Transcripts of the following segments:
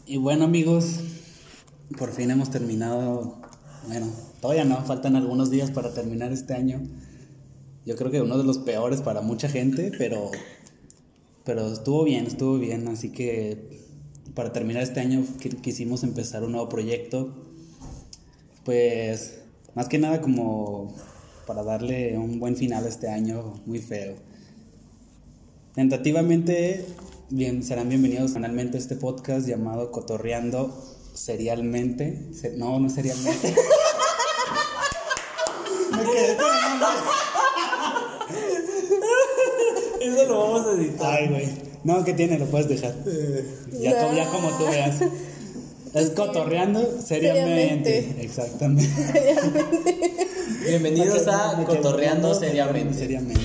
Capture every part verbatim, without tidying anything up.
Y bueno, amigos, por fin hemos terminado. Bueno, todavía no, faltan algunos días para terminar este año. Yo creo que uno de los peores para mucha gente, pero pero estuvo bien, estuvo bien. Así que para terminar este año quisimos empezar un nuevo proyecto. Pues más que nada como para darle un buen final a este año muy feo. Tentativamente bien, serán bienvenidos finalmente a este podcast llamado Cotorreando Serialmente. Se, no, no serialmente. Me quedé con el nombre. Eso lo vamos a editar. Ay, güey. No, ¿qué tiene? Lo puedes dejar. Ya, no. ya como tú veas. Es Cotorreando Seriamente. Seriamente. Exactamente. Seriamente. Bienvenidos a me Cotorreando quedo, Seriamente. Seriamente.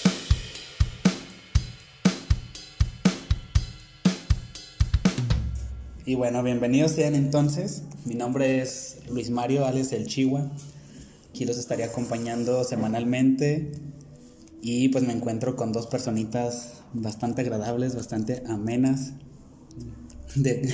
Y bueno, bienvenidos sean entonces. Mi nombre es Luis Mario, alias El Chihuahua. Aquí los estaré acompañando semanalmente. Y pues me encuentro con dos personitas bastante agradables, bastante amenas de,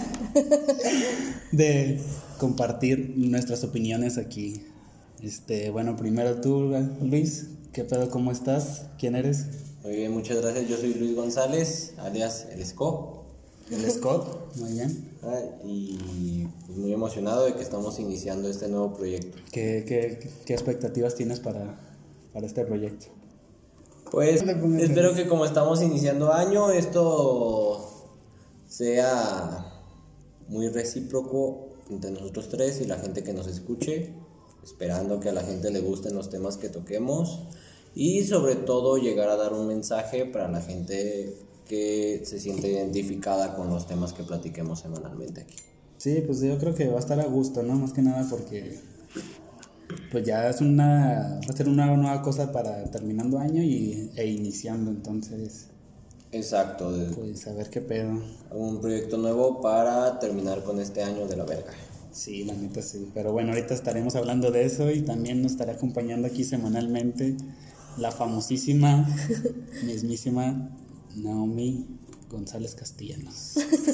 de compartir nuestras opiniones aquí. Este, bueno, primero tú, Luis, ¿qué pedo? ¿Cómo estás? ¿Quién eres? Muy bien, muchas gracias. Yo soy Luis González, alias El Scott. El Scott, muy bien. Ah, y pues muy emocionado de que estamos iniciando este nuevo proyecto. ¿Qué, qué, qué expectativas tienes para, para este proyecto? Pues espero que como estamos iniciando año, esto sea muy recíproco entre nosotros tres y la gente que nos escuche, esperando que a la gente le gusten los temas que toquemos y sobre todo llegar a dar un mensaje para la gente que se siente identificada con los temas que platiquemos semanalmente aquí. Sí, pues yo creo que va a estar a gusto, ¿no? Más que nada porque pues ya es una, va a ser una nueva cosa para terminando año y, e iniciando, entonces. Exacto. Pues a ver qué pedo. Un proyecto nuevo para terminar con este año de la verga. Sí, la neta sí. Pero bueno, ahorita estaremos hablando de eso y también nos estará acompañando aquí semanalmente la famosísima, mismísima Naomi González Castellanos.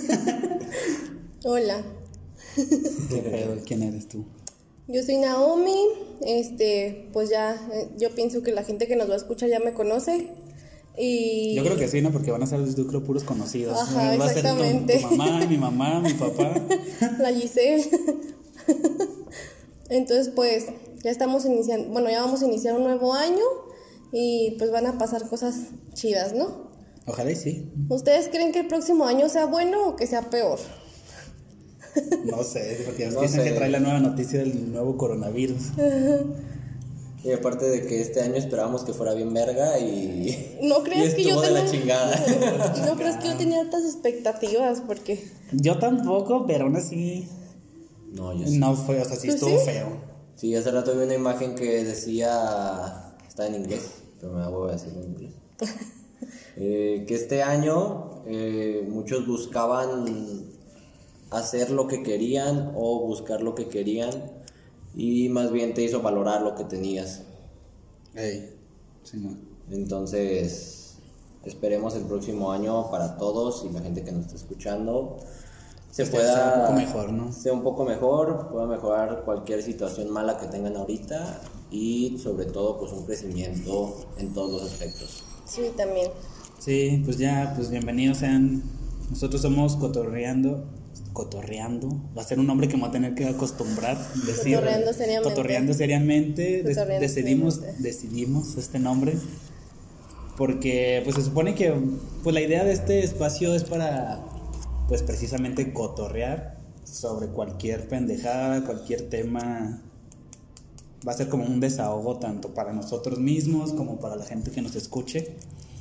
Hola. ¿Qué pedo? ¿Quién eres tú? Yo soy Naomi, este, pues ya, eh, yo pienso que la gente que nos va a escuchar ya me conoce y... Yo creo que sí, ¿no? Porque van a ser, yo creo, puros conocidos. Ajá, va exactamente. a ser tu, tu mamá, mi mamá, mi papá. La Giselle. Entonces, pues, ya estamos iniciando, bueno, ya vamos a iniciar un nuevo año y pues van a pasar cosas chidas, ¿no? Ojalá y sí. ¿Ustedes creen que el próximo año sea bueno o que sea peor? No sé, porque no dicen sé. que trae la nueva noticia del nuevo coronavirus. Y aparte de que este año esperábamos que fuera bien verga y... No creas y que yo de tenía... la chingada. No creas que yo tenía altas expectativas, porque... Yo tampoco, pero aún así... No, yo sí. No fue, o sea, sí ¿Pues estuvo sí? feo. Sí, hace rato vi una imagen que decía... Está en inglés, pero me da hueva decirlo en inglés. eh, que este año eh, muchos buscaban hacer lo que querían o buscar lo que querían y más bien te hizo valorar lo que tenías. Ey, sí, no. Entonces esperemos el próximo año para todos y la gente que nos está escuchando se Este pueda sea un poco mejor, ¿no? sea un poco mejor, pueda mejorar cualquier situación mala que tengan ahorita y sobre todo pues un crecimiento en todos los aspectos. Sí, también. Sí, pues ya, pues bienvenidos sean. Nosotros somos Cotorreando. Cotorreando. Va a ser un nombre que me voy a tener que acostumbrar. Decir, Cotorreando seriamente. Cotorreando seriamente. Cotorreando decidimos, seriamente. decidimos este nombre. Porque pues se supone que pues la idea de este espacio es para pues precisamente cotorrear sobre cualquier pendejada, cualquier tema. Va a ser como un desahogo tanto para nosotros mismos como para la gente que nos escuche.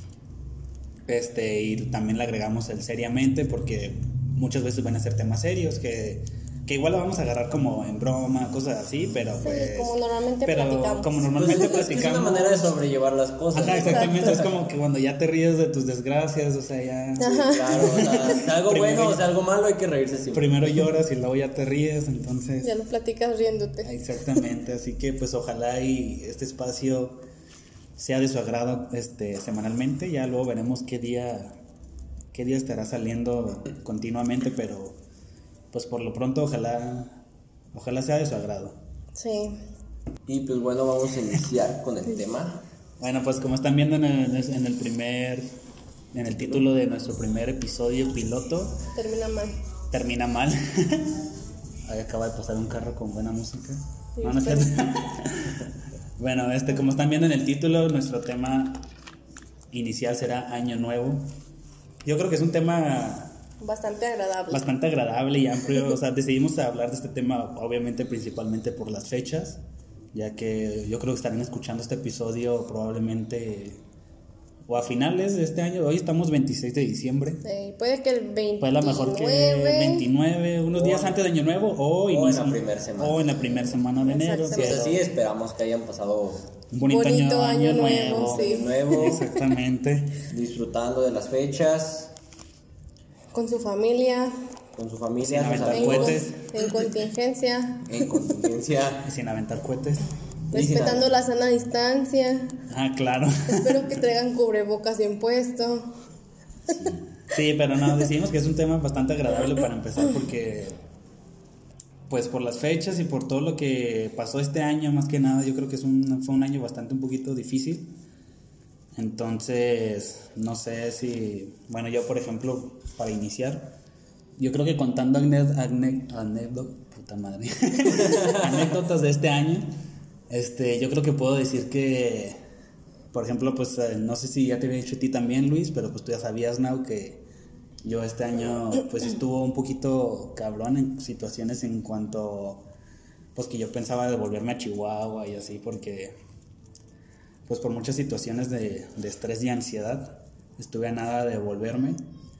Este, y también le agregamos el seriamente porque muchas veces van a ser temas serios que, que igual lo vamos a agarrar como en broma, cosas así, pero Sí, pues... como normalmente pero platicamos. como normalmente Pues, platicamos. es una manera de sobrellevar las cosas. Ajá, exactamente, es como que cuando ya te ríes de tus desgracias, o sea, ya... Sí, claro, o sea, sea algo Primero- bueno o sea algo malo hay que reírse siempre. Primero lloras y luego ya te ríes, entonces... Ya lo platicas riéndote. Exactamente, así que pues ojalá y este espacio sea de su agrado este semanalmente, ya luego veremos qué día qué día estará saliendo continuamente, pero pues por lo pronto ojalá, ojalá sea de su agrado. Sí. Y pues bueno, vamos a iniciar con el tema. Bueno, pues como están viendo en el, en el primer, en el título de nuestro primer episodio piloto, Termina mal. termina mal. Ahí acaba de pasar un carro con buena música. Sí, No, no es pero- cierto. Bueno, este, como están viendo en el título, nuestro tema inicial será Año Nuevo. Yo creo que es un tema Bastante agradable. bastante agradable y amplio. O sea, decidimos hablar de este tema, obviamente, principalmente por las fechas, ya que yo creo que estarán escuchando este episodio probablemente o a finales de este año. Hoy estamos veintiséis de diciembre. Sí, puede que el veintinueve. Pues a lo mejor que veintinueve, unos días O- antes de Año Nuevo o, o en inicio- la primera semana. o en la primera semana de enero. Si es así, esperamos que hayan pasado Un bonito, Bonito año, año año nuevo, nuevo. sí. de nuevo, Exactamente. disfrutando de las fechas, Con su familia. con su familia, Sin sus aventar En, amigos, cohetes. en contingencia. en contingencia. Y sin aventar cohetes. Respetando la sana distancia. Ah, claro. Espero que traigan cubrebocas bien puesto. Sí, pero no, decimos que es un tema bastante agradable para empezar porque, pues por las fechas y por todo lo que pasó este año, más que nada, yo creo que es un, fue un año bastante un poquito difícil. Entonces, no sé si, bueno, yo por ejemplo, para iniciar, yo creo que contando anécdotas, puta madre, anécdotas de este año, este, yo creo que puedo decir que, por ejemplo, pues eh, no sé si ya te había dicho a ti también, Luis, pero pues tú ya sabías, Now, que yo este año pues estuvo un poquito cabrón en situaciones en cuanto, pues que yo pensaba de volverme a Chihuahua y así, porque pues por muchas situaciones de, de estrés y ansiedad estuve a nada de volverme,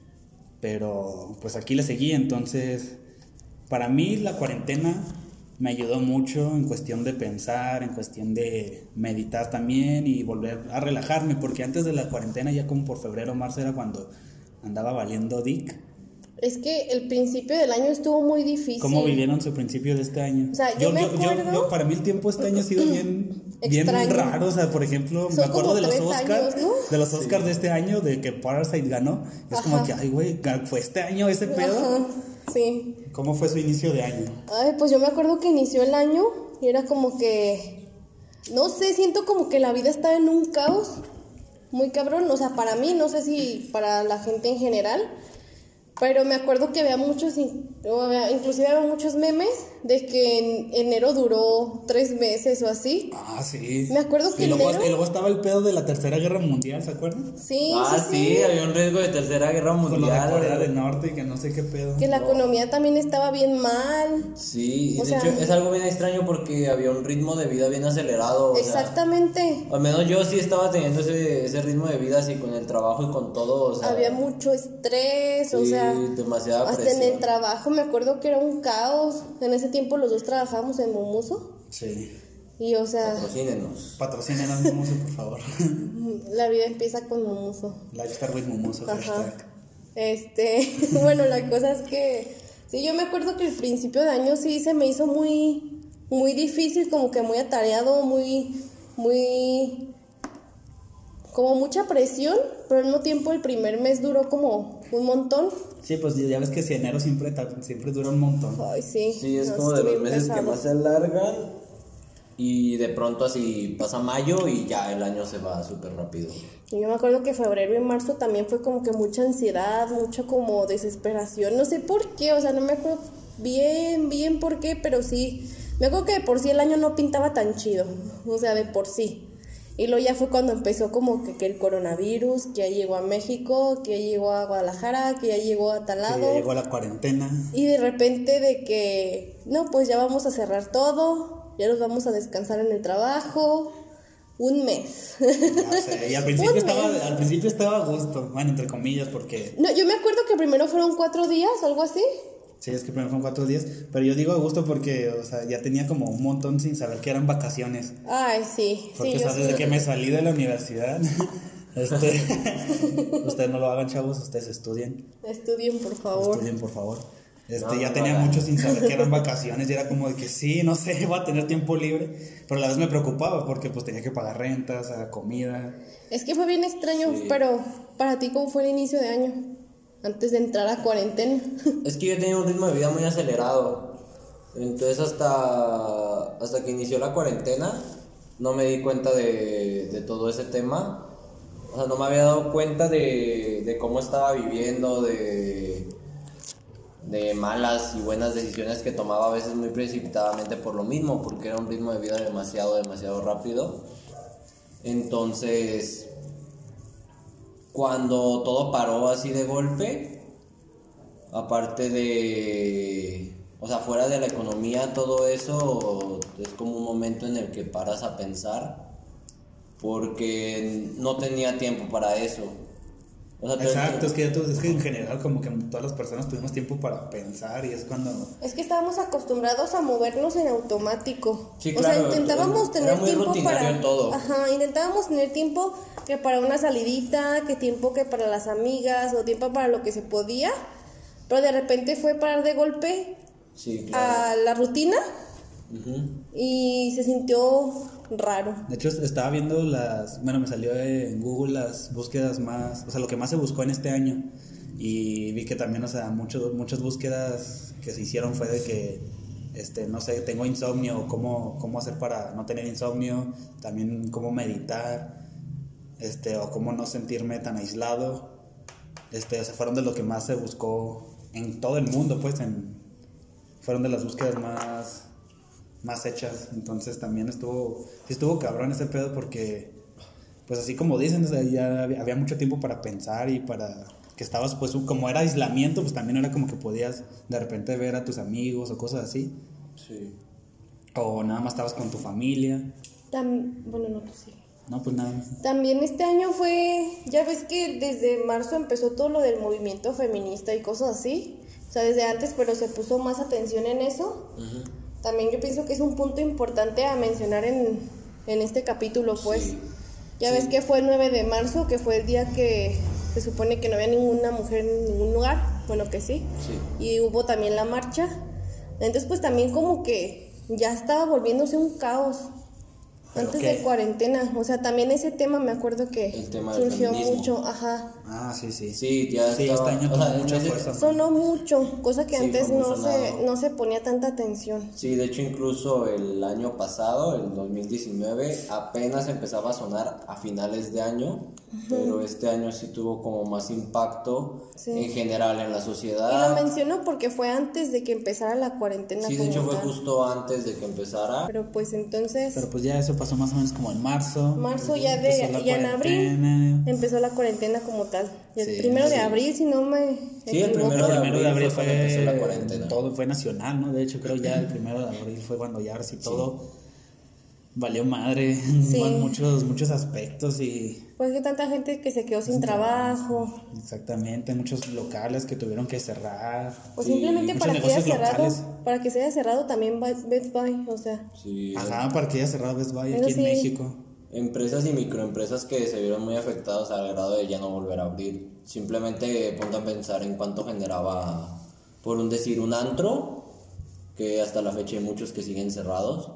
pero pues aquí le seguí. Entonces para mí la cuarentena me ayudó mucho en cuestión de pensar, en cuestión de meditar también y volver a relajarme, porque antes de la cuarentena, ya como por febrero o marzo, era cuando andaba valiendo dick. Es que el principio del año estuvo muy difícil. ¿Cómo vivieron su principio de este año? O sea, yo me acuerdo- yo- para mí el tiempo este año ha sido bien, bien Extraño. raro. O sea, por ejemplo, Son me acuerdo como de los tres Oscars, años, ¿no? de los Oscars de este año, de que Parasite ganó. Es como Ajá. que, ay, güey, fue este año ese pedo. Ajá, sí. ¿Cómo fue su inicio de año? Ay, pues yo me acuerdo que inició el año y era como que, no sé, siento como que la vida estaba en un caos muy cabrón. O sea, para mí, no sé si para la gente en general, pero me acuerdo que había muchos, in- o había- inclusive había muchos memes de que en enero duró tres meses o así. Ah, sí. Me acuerdo que y luego, enero- y luego estaba el pedo de la Tercera Guerra Mundial, ¿se acuerdan? Sí, Ah, sí, sí, había un riesgo de tercera guerra Con lo de mundial. Corea del Norte y que no sé qué pedo. que la economía también estaba bien mal. Sí, O de sea- hecho es algo bien extraño porque había un ritmo de vida bien acelerado. o sea, Exactamente. al menos yo sí estaba teniendo ese, ese ritmo de vida así con el trabajo y con todo. O sea, Había mucho estrés, o sí, sea, demasiada hasta presión. en el trabajo me acuerdo que era un caos. En ese tiempo los dos trabajábamos en Mumuso Sí. y, o sea, Patrocínenos. Patrocínenos, Mumuso, por favor. la vida empieza con Mumuso. Lifestyle with Mumuso, Ajá. hashtag. Este, bueno, la cosa es que sí, yo me acuerdo que el principio de año sí se me hizo muy muy difícil, como que muy atareado, muy muy como mucha presión, pero al mismo tiempo el primer mes duró como un montón. Sí, pues ya ves que si enero siempre, ta- siempre dura un montón. Ay, sí. Sí, es no, como de estuvo los bien meses que pesado. más se alargan y de pronto así pasa mayo y ya el año se va súper rápido. Y yo me acuerdo que febrero y marzo también fue como que mucha ansiedad, mucha como desesperación, no sé por qué, o sea, no me acuerdo bien, bien por qué, pero sí, me acuerdo que de por sí el año no pintaba tan chido, o sea, de por sí. Y luego ya fue cuando empezó como que, que el coronavirus, que ya llegó a México, que ya llegó a Guadalajara, que ya llegó a tal Que lado. ya llegó la cuarentena. Y de repente de que, no, pues ya vamos a cerrar todo, ya nos vamos a descansar en el trabajo, un mes. Ya sé, y al principio Un estaba, mes. al principio estaba a gusto, bueno, entre comillas, porque No, yo me acuerdo que primero fueron cuatro días, algo así. sí, es que primero fueron cuatro días, pero yo digo a gusto porque, o sea, ya tenía como un montón sin saber que eran vacaciones. Ay, sí, Porque, sí, o sea, yo desde sí. que me salí de la universidad, este, ustedes no lo hagan, chavos, ustedes estudien, Estudien, por favor. estudien, por favor. Este, No, ya no tenía hagan. mucho sin saber que eran vacaciones y era como de que sí, no sé, voy a tener tiempo libre, pero a la vez me preocupaba porque pues tenía que pagar rentas, a comida. Es que fue bien extraño, Sí. pero para ti, ¿cómo fue el inicio de año? antes de entrar a cuarentena. Es que yo tenía un ritmo de vida muy acelerado. Entonces hasta, hasta que inició la cuarentena no me di cuenta de, de todo ese tema. O sea, no me había dado cuenta de, de cómo estaba viviendo, de, de malas y buenas decisiones que tomaba a veces muy precipitadamente por lo mismo, porque era un ritmo de vida demasiado, demasiado rápido. Entonces, cuando todo paró así de golpe, aparte de... O sea, fuera de la economía, todo eso es como un momento en el que paras a pensar, porque no tenía tiempo para eso. O sea, exacto, es que, ya tú, es que en general como que todas las personas tuvimos tiempo para pensar y es cuando... Es que estábamos acostumbrados a movernos en automático. Sí, o claro, sea, intentábamos tener era muy tiempo rutinario para... todo. Ajá, intentábamos tener tiempo que para una salidita, que tiempo que para las amigas, o tiempo para lo que se podía, pero de repente fue parar de golpe sí, claro. a la rutina. Uh-huh. Y se sintió raro. De hecho, estaba viendo las... Bueno, me salió en Google las búsquedas más... O sea, lo que más se buscó en este año. Y vi que también, o sea, muchos, muchas búsquedas que se hicieron fue de que, este, no sé, tengo insomnio, cómo, cómo hacer para no tener insomnio. También cómo meditar, este, o cómo no sentirme tan aislado. Este, o sea, fueron de lo que más se buscó en todo el mundo, pues, en... Fueron de las búsquedas más... más hechas, entonces también estuvo sí estuvo cabrón ese pedo porque pues así como dicen, o sea, ya había, había mucho tiempo para pensar y para que estabas pues como era aislamiento, pues también era como que podías de repente ver a tus amigos o cosas así. Sí. O nada más estabas con tu familia. Tam- bueno, no, pues sí. No, pues nada más. También este año fue, ya ves que desde marzo empezó todo lo del movimiento feminista y cosas así, o sea, desde antes, pero se puso más atención en eso. Uh-huh. También yo pienso que es un punto importante a mencionar en, en este capítulo, pues. Sí. Ya sí. Ves que fue el nueve de marzo, que fue el día que se supone que no había ninguna mujer en ningún lugar. Bueno, que sí. sí. Y hubo también la marcha. Entonces, pues también como que ya estaba volviéndose un caos antes de cuarentena. O sea, también ese tema me acuerdo que el tema surgió del mucho. Ajá. Ah, sí, sí. Sí, ya sí, estaba, este año o sea, mucha fuerza. Sonó mucho, cosa que sí, antes no sonado. se, no se ponía tanta atención. Sí, de hecho incluso el año pasado, el dos mil diecinueve, apenas empezaba a sonar a finales de año, uh-huh. Pero este año sí tuvo como más impacto sí. En general en la sociedad. Y lo menciono porque fue antes de que empezara la cuarentena. Sí, de hecho fue justo antes de que empezara. Pero pues entonces... Pero pues ya eso pasó más o menos como en marzo. Marzo ya de... ya en abril empezó la cuarentena como tal. Y el sí, primero sí. de abril, si no me... Sí, el primero de abril, de abril fue, fue empezó la cuarentena. Todo fue nacional, ¿no? De hecho creo ya el primero de abril fue cuando ya sí todo... Sí. Valió madre sí. En muchos, muchos aspectos y... Pues que tanta gente que se quedó sin, sin trabajo. trabajo. Exactamente, muchos locales que tuvieron que cerrar. Pues simplemente para que haya cerrado, para que se haya cerrado también Best Buy, o sea. Sí. Ajá, para que haya cerrado Best Buy aquí sí. En México. Empresas y microempresas que se vieron muy afectadas al grado de ya no volver a abrir. Simplemente ponte a pensar en cuánto generaba, por un decir, un antro, que hasta la fecha hay muchos que siguen cerrados.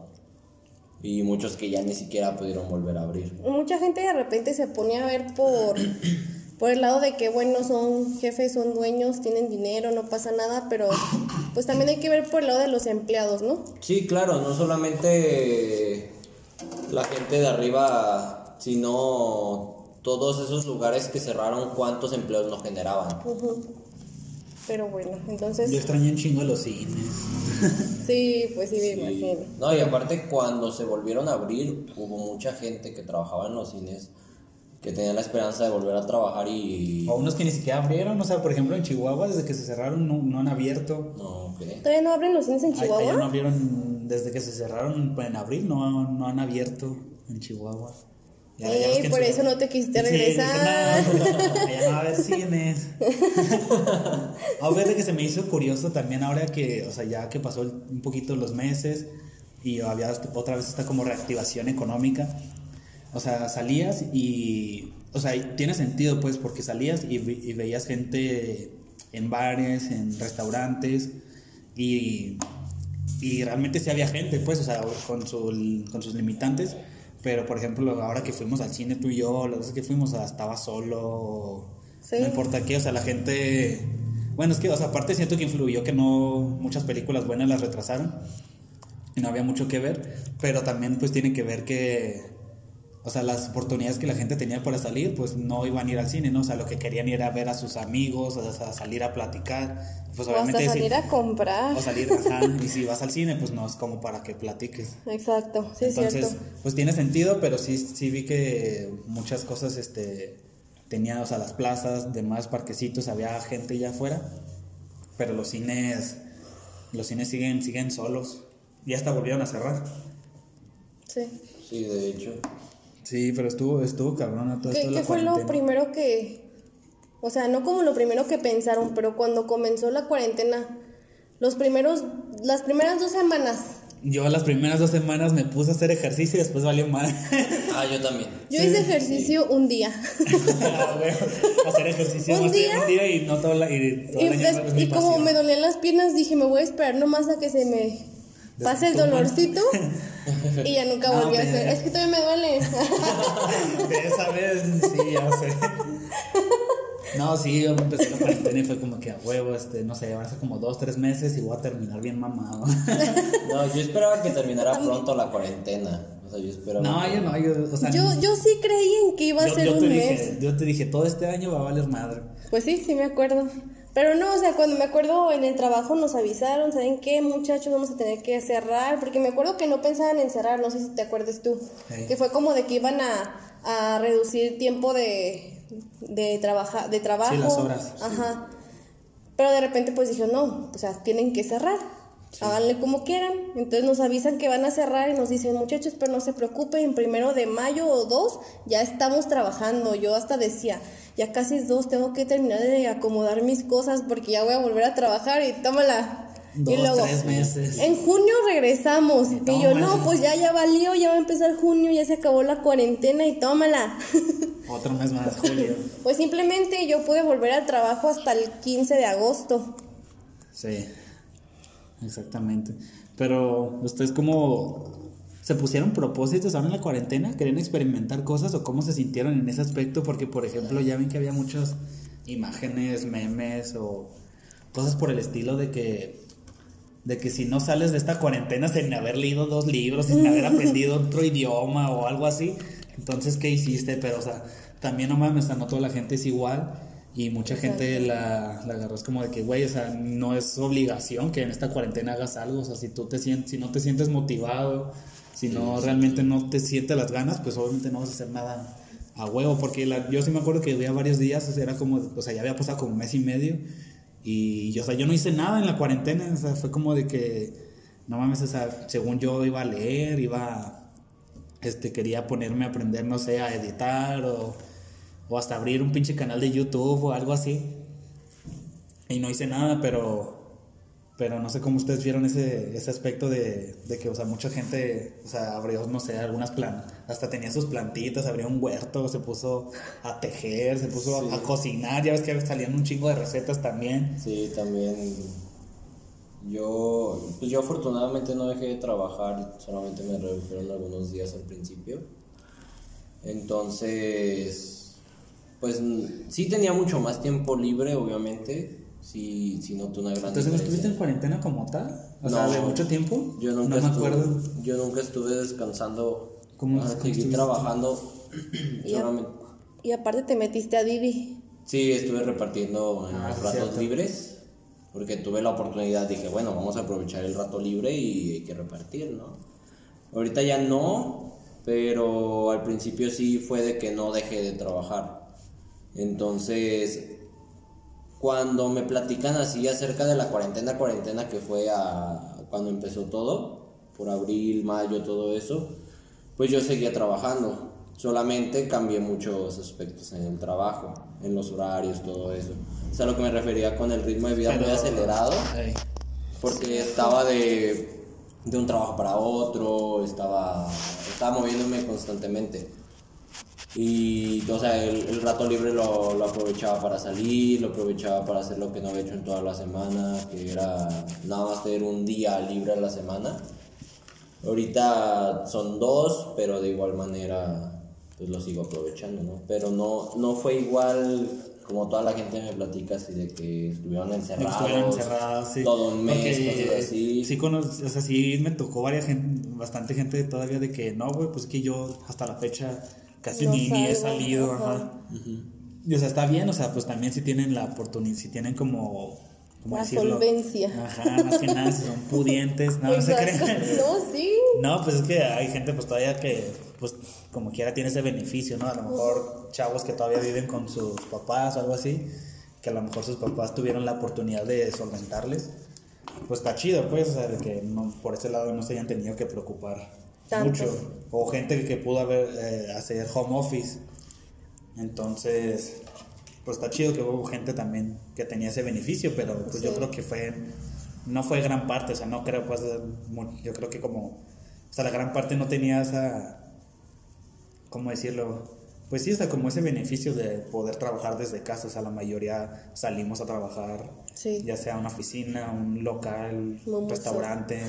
Y muchos que ya ni siquiera pudieron volver a abrir. Mucha gente de repente se ponía a ver por, por el lado de que, bueno, son jefes, son dueños, tienen dinero, no pasa nada, pero pues también hay que ver por el lado de los empleados, ¿no? Sí, claro, no solamente la gente de arriba, sino todos esos lugares que cerraron, cuántos empleos nos generaban. Uh-huh. Pero bueno, entonces... Yo extrañé un chingo los cines. Sí, pues sí, me sí. imagino. No, y aparte cuando se volvieron a abrir, hubo mucha gente que trabajaba en los cines que tenía la esperanza de volver a trabajar y... O unos que ni siquiera abrieron, o sea, por ejemplo en Chihuahua, desde que se cerraron no, no han abierto. No, ok. ¿Todavía no abren los cines en Chihuahua? Allá no abrieron, desde que se cerraron en abril no, no han abierto en Chihuahua. Ya, eh, por eso no te quisiste regresar. Sí, no, no, allá no va a haber cines. A ver, que se me hizo curioso también ahora que, o sea, ya que pasó un poquito los meses y había otra vez esta como reactivación económica. O sea, salías y, o sea, tiene sentido pues porque salías y, y veías gente en bares, en restaurantes y, y realmente sí había gente pues, o sea, con, su, con sus limitantes. Pero, por ejemplo, ahora que fuimos al cine tú y yo, las veces que fuimos, estaba solo. Sí. No importa qué, o sea, la gente... Bueno, es que, o sea, aparte siento que influyó que no... Muchas películas buenas las retrasaron y no había mucho que ver, pero también pues tiene que ver que... O sea, las oportunidades que la gente tenía para salir, pues no iban a ir al cine, ¿no? O sea, lo que querían era ver a sus amigos, o sea, salir a platicar. Pues o obviamente hasta salir si, a comprar. O salir, ajá, y si vas al cine, pues no es como para que platiques. Exacto, sí, es Entonces, cierto. pues tiene sentido, pero sí, sí vi que muchas cosas, este, tenía, o sea, las plazas, demás parquecitos, había gente ya afuera, pero los cines, los cines siguen, siguen solos, y hasta volvieron a cerrar. Sí. Sí, de hecho. Sí, pero estuvo, estuvo cabrón todo ¿Qué, esto de ¿qué la fue lo cuarentena. primero que, o sea, no como lo primero que pensaron, pero cuando comenzó la cuarentena, los primeros, las primeras dos semanas, Yo las primeras dos semanas me puse a hacer ejercicio y después valió mal. Ah, yo también. yo Sí, hice ejercicio un día. Ah, bueno, hacer ejercicio ¿Un más día? un día y no todo la, y todo Y, el año des- es mi y como pasión. me dolían las piernas, dije, me voy a esperar nomás a que se me pase el Descontuma. dolorcito y ya nunca No, volví a te- hacer. Es que todavía me duele. De esa vez, sí, ya sé. No, sí, yo me empecé la cuarentena y fue como que a huevo, este, no sé, hace como dos, tres meses y voy a terminar bien mamado. No, yo esperaba que terminara pronto la cuarentena. O sea, yo esperaba. No, que- yo no, yo, o sea, Yo, yo sí creí en que iba a yo, ser yo un te mes. dije, yo te dije, todo este año va a valer madre. Pues sí, sí me acuerdo. Pero no, o sea, cuando me acuerdo en el trabajo nos avisaron, ¿saben qué, muchachos? Vamos a tener que cerrar, porque me acuerdo que no pensaban en cerrar, no sé si te acuerdas tú, Sí. que fue como de que iban a, a reducir tiempo de, de, trabaja, de trabajo. Sí, las horas. Ajá. Pero de repente pues dijeron, no, o sea, tienen que cerrar. Háganle como quieran. Entonces nos avisan que van a cerrar y nos dicen, muchachos, pero no se preocupen, primero de mayo o dos ya estamos trabajando. Yo hasta decía, ya casi es dos, tengo que terminar de acomodar mis cosas porque ya voy a volver a trabajar y tómala. Dos, y luego, tres meses. en junio regresamos. Y Y yo, tómala. no, pues ya, ya valió, ya va a empezar junio, ya se acabó la cuarentena y tómala. Otro mes más, julio. Pues simplemente yo pude volver al trabajo hasta el quince de agosto. Sí, exactamente. Pero, ¿ustedes cómo se pusieron propósitos ahora en la cuarentena? ¿Querían experimentar cosas o cómo se sintieron en ese aspecto? Porque, por ejemplo, ya ven que había muchas imágenes, memes o cosas por el estilo de que de que si no sales de esta cuarentena sin haber leído dos libros, sin haber aprendido otro idioma o algo así, entonces, ¿qué hiciste? Pero, o sea, también no mames, o sea, no toda la gente es igual. Y mucha gente la, la agarró, es como de que, güey, o sea, no es obligación que en esta cuarentena hagas algo. O sea, si tú te sientes, si no te sientes motivado, si no Sí, realmente no te sientes las ganas, pues obviamente no vas a hacer nada a huevo. Porque la, yo sí me acuerdo que había varios días, o sea, era como, o sea, ya había pasado como un mes y medio. Y yo, o sea, yo no hice nada en la cuarentena. O sea, fue como de que, no mames, o sea, según yo iba a leer, iba, este, quería ponerme a aprender, no sé, a editar o... o hasta abrir un pinche canal de YouTube o algo así. Y no hice nada, pero pero no sé cómo ustedes vieron ese, ese aspecto de, de que, o sea, mucha gente, o sea, abrió, no sé, algunas plantas, hasta tenía sus plantitas, abrió un huerto, se puso a tejer, se puso Sí. a, a cocinar, ya ves que salían un chingo de recetas también. Sí, también. Yo, pues yo afortunadamente no dejé de trabajar, solamente me redujeron algunos días al principio. Entonces, pues sí tenía mucho más tiempo libre, obviamente. Sí, sí noté una gran Entonces, ¿no diferencia. estuviste en cuarentena como tal? O No, sea, de mucho tiempo. Yo nunca, no me estuve, acuerdo. yo nunca estuve descansando. ¿Cómo- Ah, cómo seguí estuviste? trabajando. Y, a- solamente- y aparte te metiste a Didi. Sí, estuve repartiendo en Ah, los sí, ratos cierto. libres, porque tuve la oportunidad, dije, bueno, vamos a aprovechar el rato libre y hay que repartir, ¿no? Ahorita ya no, pero al principio sí fue de que no dejé de trabajar. Entonces, cuando me platican así acerca de la cuarentena, cuarentena que fue a cuando empezó todo, por abril, mayo, todo eso, pues yo seguía trabajando. Solamente cambié muchos aspectos en el trabajo, en los horarios, todo eso. Es a lo que me refería con el ritmo de vida muy Pero- acelerado, Ey. porque estaba de, de un trabajo para otro, estaba, estaba moviéndome constantemente. Y, o sea, el, el rato libre lo, lo aprovechaba para salir, lo aprovechaba para hacer lo que no había hecho en toda la semana, que era nada más tener un día libre a la semana. Ahorita son dos, pero de igual manera pues lo sigo aprovechando, ¿no? Pero no, no fue igual como toda la gente me platica así de que estuvieron encerrados, estuvieron encerrados sí. todo un mes, porque, cosas así. Sí, con, o sea, sí me tocó varias gente, bastante gente todavía de que no, güey, pues que yo hasta la fecha casi no ni, ni he salgo, salido, ajá. ajá. Uh-huh. Y o sea, está bien, o sea, pues también si tienen la oportunidad, si tienen como... ¿cómo la decirlo? solvencia. Ajá, más que nada, si son pudientes, no, no se crean. No, sí. No, pues es que hay gente pues todavía que, pues como quiera tiene ese beneficio, ¿no? A lo mejor chavos que todavía viven con sus papás o algo así, que a lo mejor sus papás tuvieron la oportunidad de solventarles, pues está chido, pues, o sea, de que no, por ese lado no se hayan tenido que preocupar tanto. Mucho. O gente que pudo haber, eh, hacer home office, entonces... pues está chido que hubo gente también que tenía ese beneficio, pero pues sí. Yo creo que fue, no fue gran parte, o sea, no creo, pues, yo creo que como, o sea, la gran parte no tenía esa, ¿cómo decirlo? Pues sí, o sea, como ese beneficio de poder trabajar desde casa, o sea, la mayoría salimos a trabajar, sí. Ya sea una oficina, un local, un restaurante,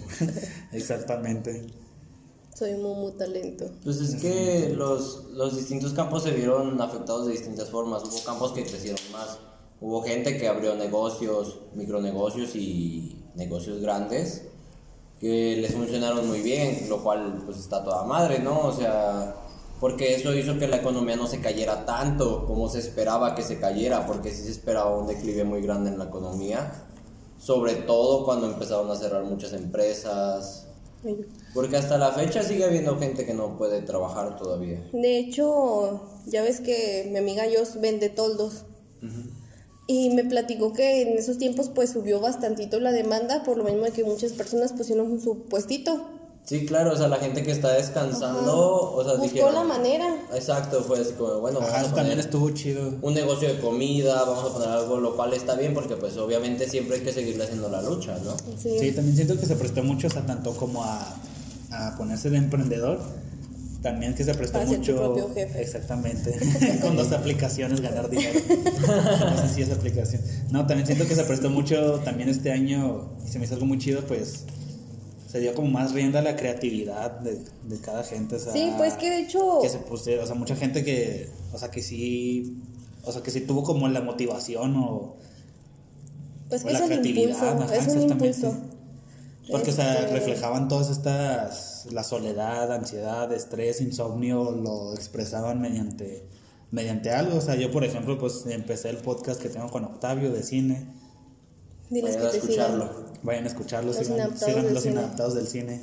exactamente. Soy muy talento. Pues es que los, los distintos campos se vieron afectados de distintas formas. Hubo campos que crecieron más. Hubo gente que abrió negocios, micronegocios y negocios grandes que les funcionaron muy bien, lo cual pues está toda madre, ¿no? O sea, porque eso hizo que la economía no se cayera tanto como se esperaba que se cayera, porque sí se esperaba un declive muy grande en la economía, sobre todo cuando empezaron a cerrar muchas empresas. Porque hasta la fecha sigue habiendo gente que no puede trabajar todavía. De hecho, ya ves que mi amiga Jos vende toldos. Uh-huh. Y me platicó que en esos tiempos pues subió bastantito la demanda, por lo mismo de que muchas personas pusieron su puestito. Sí, claro, o sea, la gente que está descansando, uh-huh. O sea, buscó dijeron, la manera. Exacto, fue así como, bueno, Ajá, vamos a también poner estuvo chido. Un negocio de comida, vamos a poner algo local, está bien, porque pues obviamente siempre hay que seguirle haciendo la lucha, ¿no? Sí, sí también siento que se prestó mucho, o sea, tanto como a, a ponerse de emprendedor, también que se prestó para mucho. Ser tu propio jefe. Exactamente, con dos aplicaciones ganar dinero. No sé si es aplicación. No, también siento que se prestó mucho también este año, y se me hizo algo muy chido, pues se dio como más rienda a la creatividad de, de cada gente, o sea, sí, pues que de hecho que se pusiera, o sea, mucha gente que, o sea, que sí, o sea, que sí tuvo como la motivación o pues que es un impulso, ajá, es un impulso. Porque, este... o sea, reflejaban todas estas, la soledad, ansiedad, estrés, insomnio, lo expresaban mediante, mediante algo. O sea, yo, por ejemplo, pues empecé el podcast que tengo con Octavio de cine. Diles Vayan que a te escucharlo. Sigan. Vayan a escucharlo, los sigan, inadaptados, sigan del los cine. Inadaptados del cine.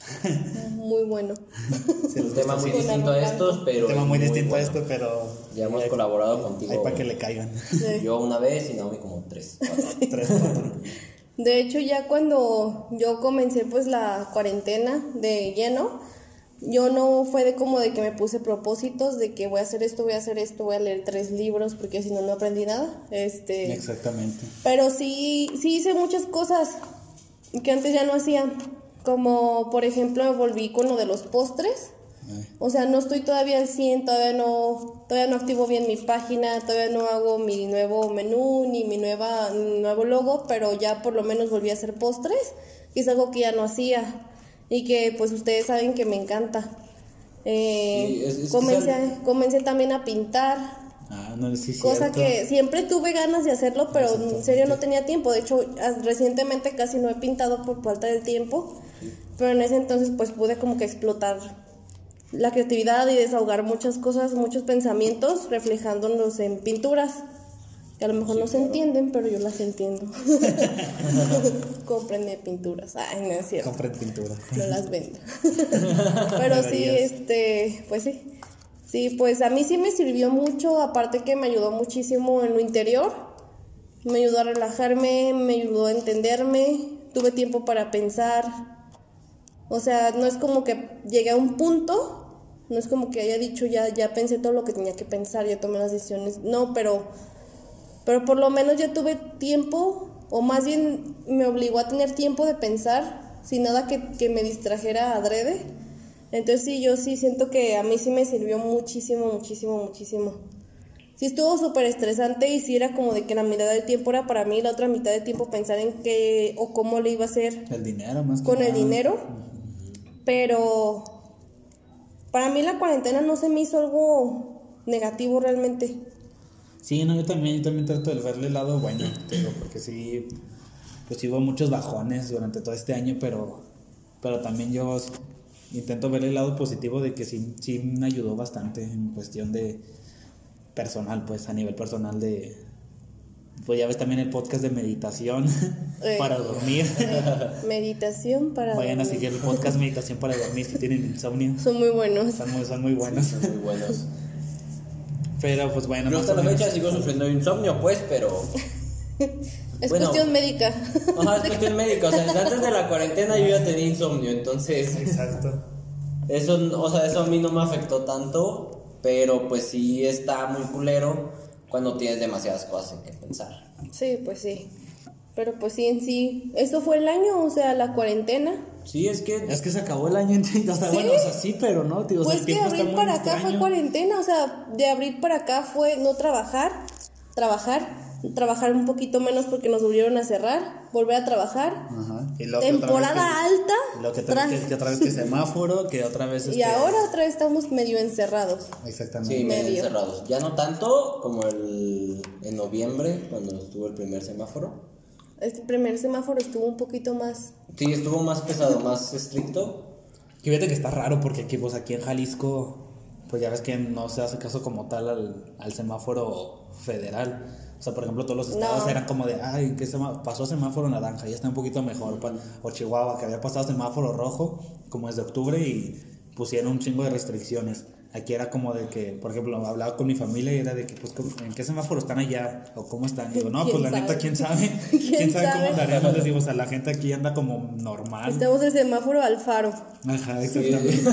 Muy bueno. Sí, un tema muy distinto a estos, pero. Un tema muy, muy distinto bueno. a esto, pero. Ya hemos hay, colaborado contigo. Hay para que le caigan. Sí. Yo una vez y Naomi como tres. Cuatro. Sí. Tres, cuatro. De hecho, ya cuando yo comencé pues la cuarentena de lleno, yo no fue de como de que me puse propósitos de que voy a hacer esto, voy a hacer esto, voy a leer tres libros, porque si no, no aprendí nada. Este, Exactamente. Pero sí, sí hice muchas cosas que antes ya no hacía. Como, por ejemplo, me volví con lo de los postres. Ay. O sea, no estoy todavía al cien, todavía no, todavía no activo bien mi página, todavía no hago mi nuevo menú, ni mi nueva, mi nuevo logo, pero ya por lo menos volví a hacer postres, que es algo que ya no hacía. Y que pues ustedes saben que me encanta. Eh, sí, es, es comencé, que comencé también a pintar. Ah, no, sí, cosa cierto. Que siempre tuve ganas de hacerlo, pero en serio no tenía tiempo. De hecho, recientemente casi no he pintado por falta de tiempo. Sí. Pero en ese entonces pues pude como que explotar la creatividad y desahogar muchas cosas, muchos pensamientos, reflejándolos en pinturas. Que a lo mejor sí, no se claro. entienden, pero yo las entiendo. Compren pinturas. Ay, no es cierto. Compren pinturas. No las vendo. Pero sí, este, pues sí. Sí, pues a mí sí me sirvió mucho, aparte que me ayudó muchísimo en lo interior. Me ayudó a relajarme, me ayudó a entenderme, tuve tiempo para pensar. O sea, no es como que llegué a un punto, no es como que haya dicho ya, ya pensé todo lo que tenía que pensar, ya tomé las decisiones. No, pero... Pero por lo menos ya tuve tiempo, o más bien me obligó a tener tiempo de pensar, sin nada que, que me distrajera adrede. Entonces sí, yo sí siento que a mí sí me sirvió muchísimo, muchísimo, muchísimo. Sí estuvo súper estresante y sí era como de que la mitad del tiempo era para mí, la otra mitad del tiempo pensar en qué o cómo le iba a hacer. El dinero más que Con nada. el dinero. Pero para mí la cuarentena no se me hizo algo negativo realmente. Sí, no, yo también, yo también trato de verle el lado bueno, te digo, porque sí, pues sí hubo muchos bajones durante todo este año, pero, pero también yo intento ver el lado positivo de que sí, sí me ayudó bastante en cuestión de personal, pues a nivel personal de, pues ya ves también el podcast de meditación eh, para dormir. Meditación para Vayan dormir. a seguir el podcast Meditación para dormir si tienen insomnio. Son muy buenos. Son muy, son muy buenos. Son muy buenos. Pero pues bueno. Yo hasta la fecha sigo sufriendo de insomnio, pues, pero... Es bueno, cuestión médica. Ajá, es cuestión médica. O sea, antes de la cuarentena yo ya tenía insomnio, entonces... Exacto. Eso, o sea, eso a mí no me afectó tanto, pero pues sí está muy culero cuando tienes demasiadas cosas en que pensar. Sí, pues sí. Pero pues sí, en sí, eso fue el año, o sea, la cuarentena. Sí, es que... Es que se acabó el año, o sea, ¿Sí? bueno, o sea, sí, pero no, tío, o sea, Pues el que tiempo abril está muy para acá extraño. fue cuarentena, o sea, de abril para acá fue no trabajar, trabajar, trabajar un poquito menos porque nos volvieron a cerrar, volver a trabajar. Ajá. Y luego que Temporada otra vez que- alta. Lo que, tras- que, que otra vez que semáforo, que otra vez Y este- ahora otra vez estamos medio encerrados. Exactamente. Sí, medio Medio. encerrados. Ya no tanto como el en noviembre, cuando estuvo el primer semáforo. Este primer semáforo estuvo un poquito más. Sí, estuvo más pesado, más estricto. Que fíjate que está raro porque aquí, pues aquí en Jalisco, pues ya ves que no se hace caso como tal al, al semáforo federal. O sea, por ejemplo, todos los estados No. eran como de, ay, que semá- pasó semáforo naranja, ya está un poquito mejor. Pa- O Chihuahua, que había pasado semáforo rojo, como desde octubre, y pusieron un chingo de restricciones. Aquí era como de que, por ejemplo, hablaba con mi familia y era de que, pues, ¿cómo- ¿en qué semáforo están allá? ¿O cómo están? Digo, no, ¿Quién pues la sabe? neta, ¿quién sabe? ¿Quién, ¿Quién sabe, cómo sabe? andaremos? Les digo, o sea, la gente aquí anda como normal. Estamos en semáforo Alfaro. Ajá, exactamente.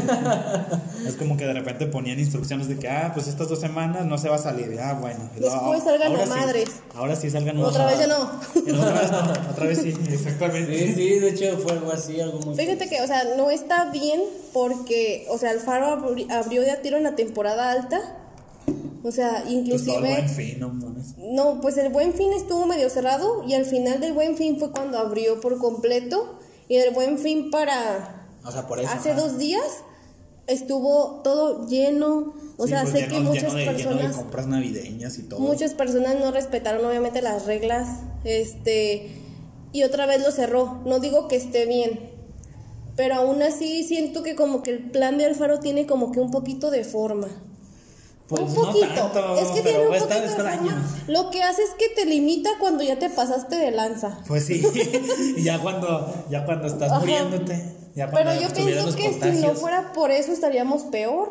Es como que de repente ponían instrucciones de que, ah, pues estas dos semanas no se va a salir. Ah, bueno. Y luego, Después ah, salgan ahora a sí, madres. Ahora sí salgan Otra vez ya no. Y luego otra vez no, otra vez sí, exactamente. Sí, sí, de hecho fue algo así, algo muy... Fíjate que, o sea, no está bien porque, o sea, Alfaro abri- abrió de a tiro en la temporada alta. O sea, Pues todo el inclusive... buen fin, no mames. No, pues el Buen Fin estuvo medio cerrado y al final del Buen Fin fue cuando abrió por completo y del Buen Fin para O sea, por eso. hace ajá. dos días estuvo todo lleno. O Sí, sea, pues sé lleno- que muchas lleno de, lleno de personas, compras navideñas y todo. muchas personas no respetaron obviamente las reglas, este, y otra vez lo cerró. No digo que esté bien, pero aún así siento que como que el plan de Alfaro tiene como que un poquito de forma. Pues un no poquito. tanto, es que pero tiene un está poquito de extraño. forma. Lo que hace es que te limita cuando ya te pasaste de lanza. Pues sí, y ya cuando, ya cuando estás Ajá. muriéndote. Ya cuando Pero yo estuvieran pienso los que si contagios. no fuera por eso estaríamos peor.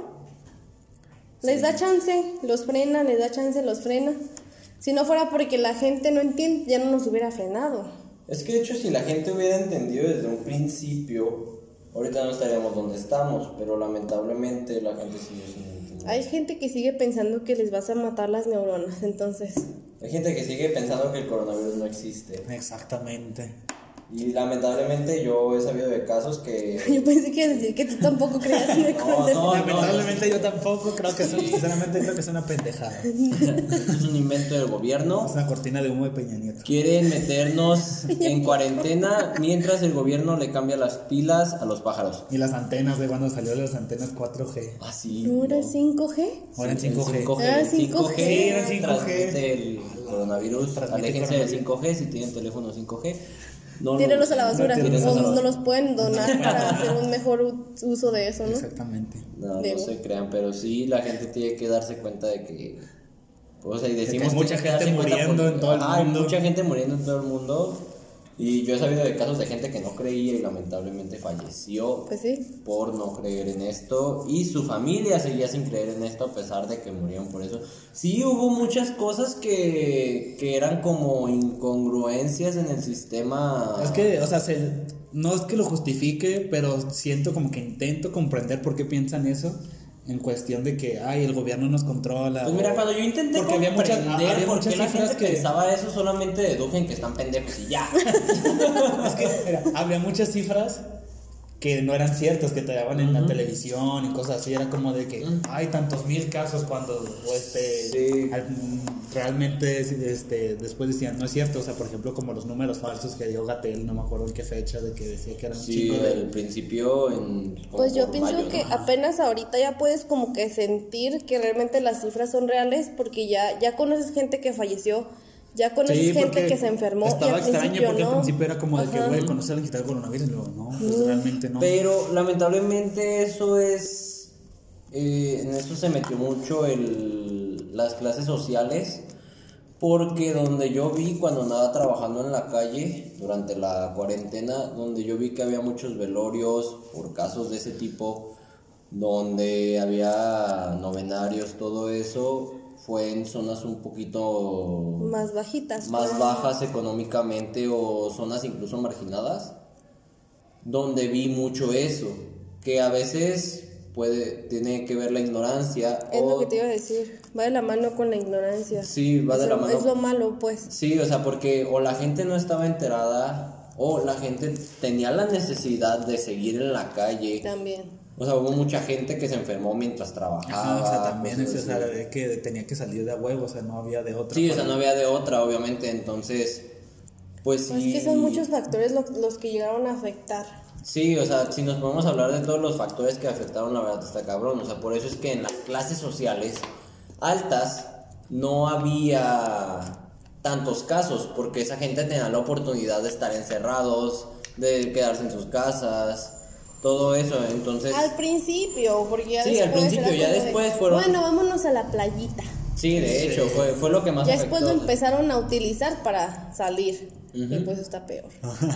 Les da chance, los frena, les da chance, los frena. Si no fuera porque la gente no entiende, ya no nos hubiera frenado. Es que de hecho si la gente hubiera entendido desde un principio, ahorita no estaríamos donde estamos, pero lamentablemente la gente sigue sin entender. Hay gente que sigue pensando que les vas a matar las neuronas, entonces... Hay gente que sigue pensando que el coronavirus no existe. Exactamente. Y lamentablemente yo he sabido de casos que... Yo pensé que ibas a decir que tú tampoco creías en el No, coronavirus. no, Lamentablemente yo tampoco creo que es, sinceramente creo que es una pendejada. Esto es un invento del Es gobierno. una cortina de humo de Peña Nieto. Quieren meternos en cuarentena mientras el gobierno le cambia las pilas a los pájaros. Y las antenas de cuando salió las antenas cuatro G. Ah, sí. ¿No era el cinco G? Ahora en cinco G. Ah, El cinco G, cinco G. Sí, era el cinco G. transmite el coronavirus. Transmite Aléjense coronavirus. del cinco G si tienen teléfono cinco G. No lo Tírenlos a usen. la basura, No, tírenlos o a la no basura. los pueden donar para hacer un mejor u- uso de eso, ¿no? Exactamente. No, no Digo. se crean, pero sí la gente tiene que darse cuenta de que... Pues ahí decimos hay mucha tiene que gente darse cuenta muriendo porque- en todo el Ajá, hay mundo. mucha gente muriendo en todo el mundo. Y yo he sabido de casos de gente que no creía y lamentablemente falleció Pues sí. por no creer en esto. Y su familia seguía sin creer en esto a pesar de que murieron por eso. Sí hubo muchas cosas que, que eran como incongruencias en el sistema. Es que, o sea, se, no es que lo justifique, pero siento como que intento comprender por qué piensan eso. En cuestión de que, ay, el gobierno nos controla. Pues mira, o- cuando yo intenté porque había muchas, comprender había por muchas qué la cifras gente que... pensaba eso, solamente dedujen que están pendejos y ya. Es que, mira, había muchas cifras que no eran ciertos, que te daban en uh-huh. la televisión y cosas así. Era como de que uh-huh. hay tantos mil casos cuando o este, sí. al, realmente este, después decían no es cierto. O sea, por ejemplo, como los números falsos que dio Gatell, no me acuerdo en qué fecha, de que decía que eran un sí, chico de... al principio en, pues yo pienso mayo, que ¿no? apenas ahorita ya puedes como que sentir que realmente las cifras son reales, porque ya, ya conoces gente que falleció, ya conoces Sí, gente que se enfermó. Estaba y al extraño porque no. al principio era como de Ajá. que, güey, conocer a alguien que está coronavirus. Y luego, no, pues Mm. realmente no. Pero lamentablemente eso es, eh, en eso se metió mucho el, las clases sociales, porque donde yo vi cuando andaba trabajando en la calle durante la cuarentena, donde yo vi que había muchos velorios por casos de ese tipo, donde había novenarios, todo eso fue en zonas un poquito más bajitas, más pues. bajas económicamente o zonas incluso marginadas, donde vi mucho eso, que a veces puede tiene que ver la ignorancia. Es o, lo que te iba a decir, va de la mano con la ignorancia. Sí, va es de la lo, mano. Es lo malo, pues. Sí, o sea, porque o la gente no estaba enterada o la gente tenía la necesidad de seguir en la calle. También. O sea, hubo mucha gente que se enfermó mientras trabajaba. Ajá, o sea, también es, cosas o sea, así. de que tenía que salir de a huevo, o sea, no había de otra. Sí, o para... sea, no había de otra, obviamente, entonces, pues sí. Pues que son muchos factores lo, los que llegaron a afectar. Sí, o sea, si nos podemos hablar de todos los factores que afectaron, la verdad está cabrón. O sea, por eso es que en las clases sociales altas no había tantos casos, porque esa gente tenía la oportunidad de estar encerrados, de quedarse en sus casas, todo eso, entonces... Al principio, porque ya Sí, después al principio, era ya como después de, fueron- bueno, vámonos a la playita. Sí, de hecho, Sí. fue, fue lo que más Ya afectó. después lo empezaron a utilizar para salir. Ujú. Y pues está peor.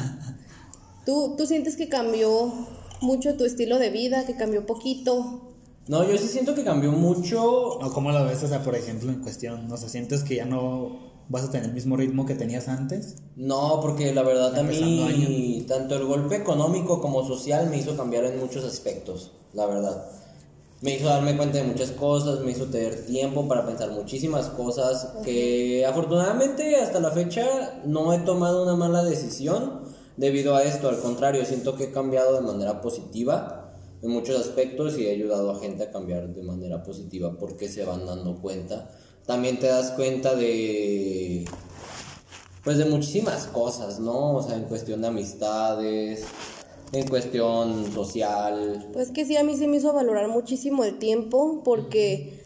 ¿Tú, ¿Tú sientes que cambió mucho tu estilo de vida? ¿Que cambió poquito? No, yo sí siento que cambió mucho. ¿O cómo lo ves? O sea, por ejemplo, en cuestión, o sea, ¿sientes que ya no vas a tener el mismo ritmo que tenías antes? No, porque la verdad a Empezando mí, tanto el golpe económico como social me hizo cambiar en muchos aspectos, la verdad. Me hizo darme cuenta de muchas cosas, me hizo tener tiempo para pensar muchísimas cosas, que afortunadamente hasta la fecha no he tomado una mala decisión debido a esto. Al contrario, siento que he cambiado de manera positiva en muchos aspectos y he ayudado a gente a cambiar de manera positiva porque se van dando cuenta. También te das cuenta de, pues, de muchísimas cosas, ¿no? O sea, en cuestión de amistades, en cuestión social. Pues que sí, a mí se me hizo valorar muchísimo el tiempo, porque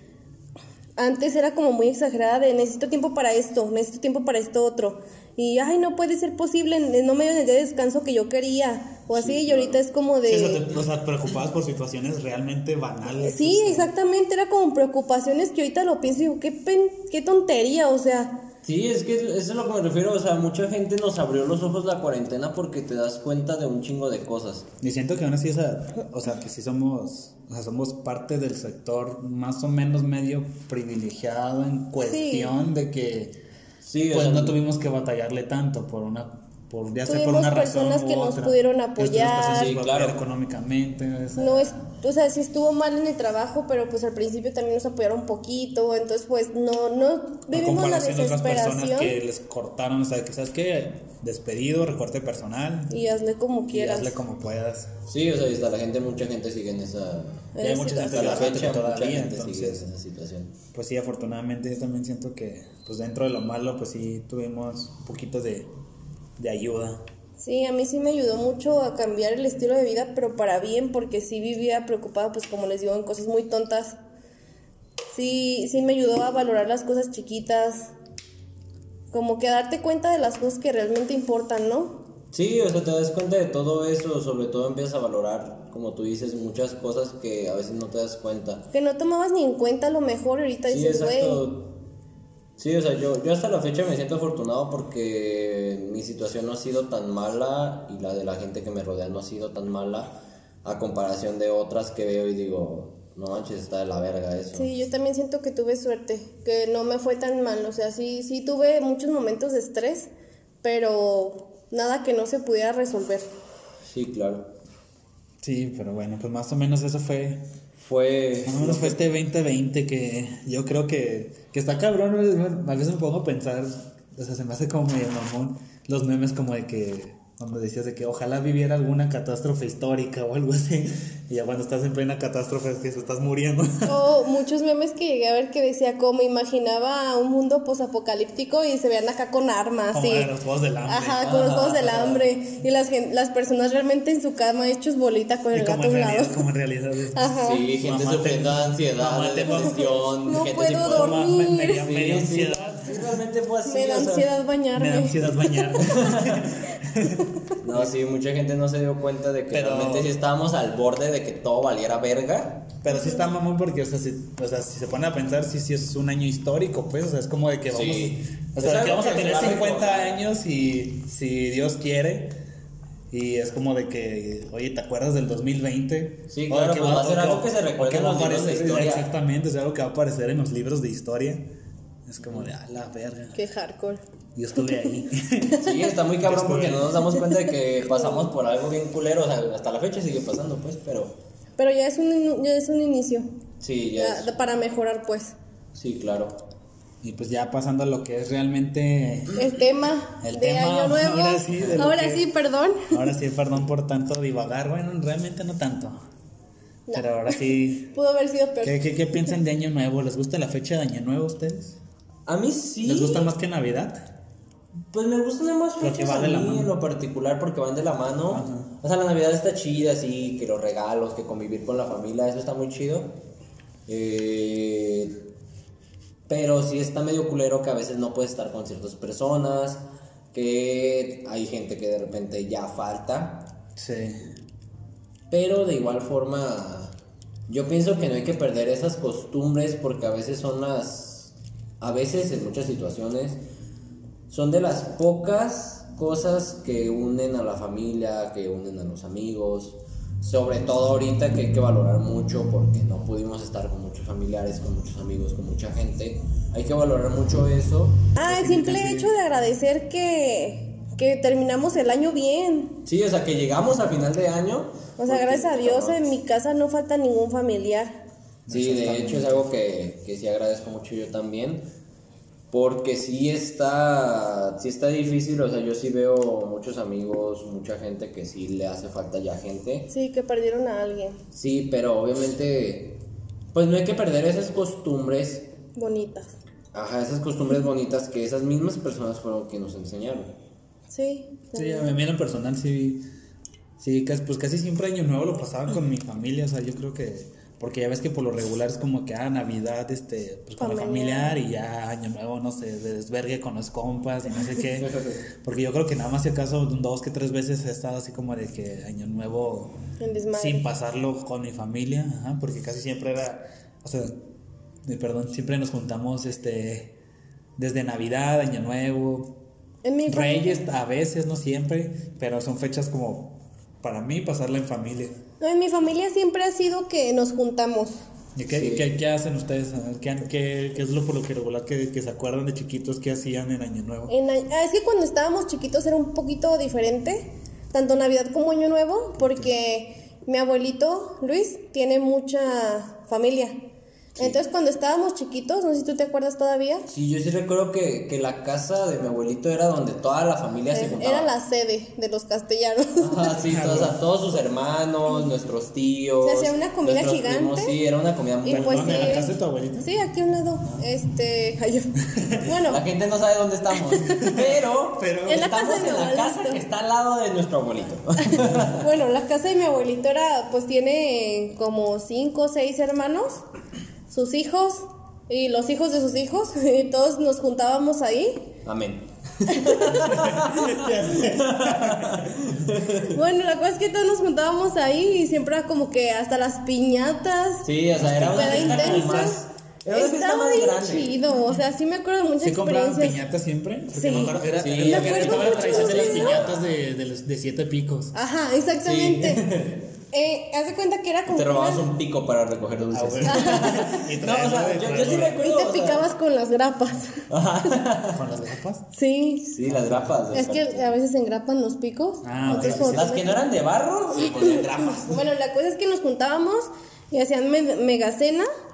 antes era como muy exagerada de necesito tiempo para esto, necesito tiempo para esto otro. Y, ay, no puede ser posible, no me dieron el día de descanso que yo quería, o así, Sí, y claro. ahorita es como de... Sí, o sea, te, o sea, preocupadas por situaciones realmente banales. Sí, o sea. exactamente, era como preocupaciones que ahorita lo pienso y digo, qué, pen, qué tontería, o sea... Sí, es que eso es a lo que me refiero, o sea, mucha gente nos abrió los ojos la cuarentena porque te das cuenta de un chingo de cosas. Y siento que aún así, o sea, o sea, que sí somos, o sea, somos parte del sector más o menos medio privilegiado en cuestión Sí. de que Sí, o pues sea, no tuvimos que batallarle tanto por una, por ya sea por Tuvimos una razón personas u que nos otra. pudieron Otras apoyar. personas Sí, que claro. apoyar económicamente, o sea, No es, o sea, sí estuvo mal en el trabajo, pero pues al principio también nos apoyaron un poquito, entonces pues no, no a vivimos la comparación de otras personas desesperación que les cortaron, o sea, que sabes que despedido, recorte personal y hazle como y quieras. hazle como puedas. sí, o sea, y hasta la gente, mucha gente sigue en esa... En Y hay esa mucha gente Hasta la situación. fecha, todavía, mucha gente sigue en entonces- esa situación. Pues sí, afortunadamente yo también siento que pues dentro de lo malo pues sí tuvimos un poquito de, de ayuda. Sí, a mí sí me ayudó mucho a cambiar el estilo de vida, pero para bien, porque sí vivía preocupada, pues como les digo, en cosas muy tontas. Sí, sí me ayudó a valorar las cosas chiquitas, como que a darte cuenta de las cosas que realmente importan, ¿no? Sí, o sea, te das cuenta de todo eso, sobre todo empiezas a valorar, como tú dices, muchas cosas que a veces no te das cuenta. Que no tomabas ni en cuenta a lo mejor, y ahorita Sí, dices, güey, exacto. Sí, o sea, yo, yo hasta la fecha me siento afortunado porque mi situación no ha sido tan mala y la de la gente que me rodea no ha sido tan mala a comparación de otras que veo y digo, no manches, está de la verga eso. sí, yo también siento que tuve suerte, que no me fue tan mal, o sea, sí, sí tuve muchos momentos de estrés, pero nada que no se pudiera resolver. Sí, claro. Sí, pero bueno, pues más o menos eso fue, Fue... más o menos fue este veinte veinte que yo creo que, que está cabrón, a veces me pongo a pensar, o sea, se me hace como medio mamón los memes como de que donde decías de que ojalá viviera alguna catástrofe histórica o algo así, y ya cuando estás en plena catástrofe es que se estás muriendo. O muchos memes que llegué a ver que decía como imaginaba un mundo posapocalíptico y se veían acá con armas. Como y en los Juegos del Hambre. Ajá, con los Juegos del Hambre. Y las, gen- las personas realmente en su cama hechos bolita con Y el como gato a en, un lado. realidad, como en realidad es. Ajá. Sí, gente Mamá, sufriendo te- de ansiedad, mamá, de te- depresión, No gente puedo sin poder- dormir. Mamá, me, me, Sí, me dio sí, ansiedad. sí, realmente fue así. Me da o sea, ansiedad bañarme. Me da ansiedad bañarme. No, sí, mucha gente no se dio cuenta de que Pero- realmente sí estábamos al borde de que todo valiera verga. Pero sí está mamón porque, o sea, si, o sea, si se pone a pensar, sí, sí es un año histórico, pues, o sea, es como de que vamos, Sí. o Es sea, de algo que vamos a que se tener va a cincuenta recordar. años y si Dios quiere, y es como de que, oye, ¿te acuerdas del dos mil veinte? Sí, O claro, que pues va a ser o algo que se recuerde o que en va a los libros de aparecer- historia. Exactamente, es algo que va a aparecer en los libros de historia. Es como de, a la verga, Qué hardcore. yo estuve ahí. Sí, está muy cabrón porque no nos damos cuenta de que pasamos por algo bien culero. O sea, hasta la fecha sigue pasando, pues, pero Pero ya es un, ya es un inicio. sí, ya Ya, es- para mejorar, pues. Sí, claro. Y pues ya pasando a lo que es realmente... El tema El de tema, Año Nuevo. ahora sí, de lo Ahora que- sí, perdón. Ahora sí, perdón por tanto divagar. Bueno, realmente no tanto. No. Pero ahora sí. Pudo haber sido peor. ¿Qué, qué, qué piensan de Año Nuevo? ¿Les gusta la fecha de Año Nuevo a ustedes? A mí sí. ¿Les gusta más que Navidad? Pues me gustan más Porque fechas va a de la mí mano. en lo particular porque van de la mano. Ajá. O sea, la Navidad está chida, así, que los regalos, que convivir con la familia, eso está muy chido. Eh, pero sí está medio culero que a veces no puedes estar con ciertas personas, que hay gente que de repente ya falta. Sí. Pero de igual forma, yo pienso que no hay que perder esas costumbres porque a veces son las, a veces en muchas situaciones, son de las pocas cosas que unen a la familia, que unen a los amigos. Sobre todo ahorita que hay que valorar mucho porque no pudimos estar con muchos familiares, con muchos amigos, con mucha gente. Hay que valorar mucho eso. Ah, el simple hecho de agradecer que, que terminamos el año bien. Sí, o sea, que llegamos a final de año. O sea, porque, gracias a Dios cabrón, en mi casa no falta ningún familiar. Sí, de hecho es algo que, que sí agradezco mucho yo también. Porque sí está, sí está difícil, o sea, yo sí veo muchos amigos, mucha gente que sí le hace falta ya gente. Sí, que perdieron a alguien. Sí, pero obviamente, pues no hay que perder esas costumbres, Bonitas. ajá, esas costumbres bonitas que esas mismas personas fueron que nos enseñaron. Sí. Sí, a mí en lo personal sí. Sí, casi- pues casi siempre Año Nuevo lo pasaba con mi familia. O sea, yo creo que. Porque ya ves que por lo regular es como que, ah, Navidad, este, pues con la Familiar. familiar y ya Año Nuevo, no sé, de desvergue con los compas y no sé qué. Porque yo creo que nada más si acaso dos que tres veces he estado así como de que Año Nuevo En desmadre. sin pasarlo con mi familia, ajá, porque casi siempre era, o sea, eh, perdón, siempre nos juntamos, este, desde Navidad, Año Nuevo, En mi familia- Reyes a veces, no siempre, pero son fechas como para mí pasarla en familia. No, en mi familia siempre ha sido que nos juntamos. ¿Y qué, Sí. qué, qué hacen ustedes? ¿Qué, qué, qué es lo por lo que regular que, que se acuerdan de chiquitos que hacían en Año Nuevo? En, a- ah, es que cuando estábamos chiquitos era un poquito diferente, tanto Navidad como Año Nuevo, porque mi abuelito Luis tiene mucha familia. Entonces cuando estábamos chiquitos, no sé si tú te acuerdas todavía, Sí, yo sí recuerdo que, que la casa de mi abuelito era donde toda la familia se eh, juntaba. era la sede de los castellanos. Ajá, sí, todos, o sea, todos sus hermanos, nuestros tíos. Se hacía una comida nuestros gigante. primos, sí, era una comida muy Y pues Perdón, ¿en sí. la casa de tu abuelita? Sí, aquí a un lado. Este, ay, yo- bueno, La gente no sabe dónde estamos, pero, Pero- En la estamos casa de en mi la casa abuelito. que está al lado de nuestro abuelito. bueno, la casa de mi abuelito era, pues tiene como cinco o seis hermanos, sus hijos y los hijos de sus hijos, y todos nos juntábamos ahí. Amén. Bueno, la cosa es que todos nos juntábamos ahí y siempre era como que hasta las piñatas. Sí, o sea, era una Era fiesta como intenso. más. Era una fiesta Estaba más bien grande. chido, o sea, sí me acuerdo de muchas ¿Se compraban experiencias. piñatas siempre? Porque Sí. me acuerdo- era, Sí, era- me era- acuerdo estaba la mucho tradición de de las eso. piñatas de, de, los, de siete picos. Ajá, exactamente. Eh, haz de cuenta que era como Te robabas una- un pico para recoger dulces. Ah, bueno. Y No, o sea, traerla de yo, yo sí prueba. recuerdo. y te o sea, picabas con las grapas. ¿Con las grapas? Sí. Sí, las grapas. Es que a veces se engrapan los picos. Ah, Entonces, ok, como Las tú- que no eran de barro, se ponían grapas. Bueno, la cosa es que nos juntábamos y hacían me- megacena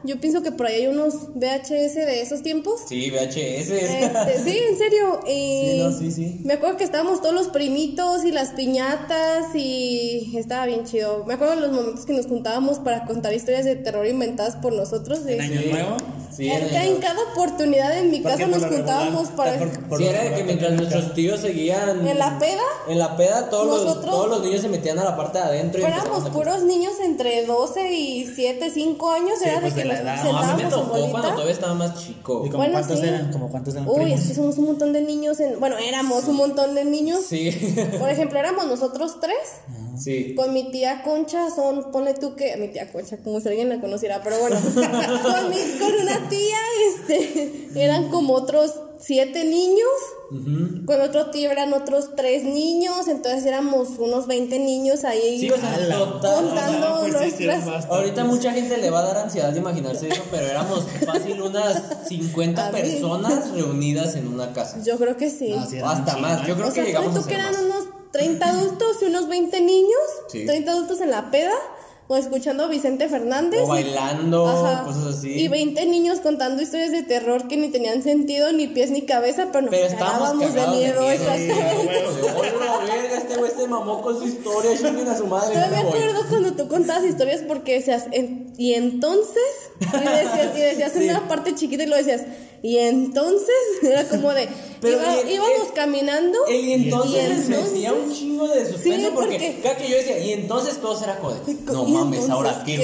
Yo pienso que por ahí hay unos V H S de esos tiempos. Sí, V H S. Este, sí, en serio. Y sí, no, sí, sí. Me acuerdo que estábamos todos los primitos y las piñatas y estaba bien chido. Me acuerdo de los momentos que nos juntábamos para contar historias de terror inventadas por nosotros. De, ¿En Año Nuevo? Sí, en, en, en cada oportunidad en mi casa nos juntábamos para... Por, por sí, era de que mientras nuestros tíos seguían... ¿En la peda? En la peda todos, Nosotros, los, todos los niños se metían a la parte de adentro. Y éramos puros niños entre doce y siete, cinco años. Sí, era pues de que de la nos edad. No, a mí me sentábamos en tocó bolita. cuando todavía estaba más chico. ¿Y como Bueno, cuántos sí. eran? ¿Como cuántos eran? Uy, primos? es que somos un montón de niños. En, bueno, éramos un montón de niños. Sí. Por ejemplo, éramos nosotros tres. Sí. Con mi tía Concha son, ponle tú que, mi tía Concha, como si alguien la conociera, pero bueno, con, mi, con una tía, este, eran como otros siete niños, Uh-huh. con otro tío eran otros tres niños, entonces éramos unos veinte niños ahí. Sí, o sea, Ala. total. Contando Ah, pues sí, sí, nuestras- bastante. Ahorita mucha gente le va a dar ansiedad de imaginarse eso, pero éramos fácil unas cincuenta A mí. personas reunidas en una casa. Yo creo que sí. No, sí, eran Hasta un más, chingo, yo ¿eh? creo O que sea, llegamos ponle a tú que ser eran más. unos treinta adultos y unos veinte niños, Sí. treinta adultos en la peda, o escuchando a Vicente Fernández. O bailando, Ajá. cosas así. Y veinte niños contando historias de terror que ni tenían sentido, ni pies ni cabeza, pero nos Pero estábamos cagábamos de cagados de miedo. miedo. Exactamente. Oye, la verga, este güey se mamó con su historia, chinguen a su madre. Yo ya me me voy. acuerdo cuando tú contabas historias porque decías, en- y entonces, y decías, y decías en Sí. una parte chiquita y lo decías, y entonces, era como de, Pero iba- y- íbamos y- caminando. Y entonces Y les entonces- metía un chingo de suspenso Sí, porque, porque- cada que yo decía, y entonces todos era como de, no ¿Y mames, entonces ahora qué.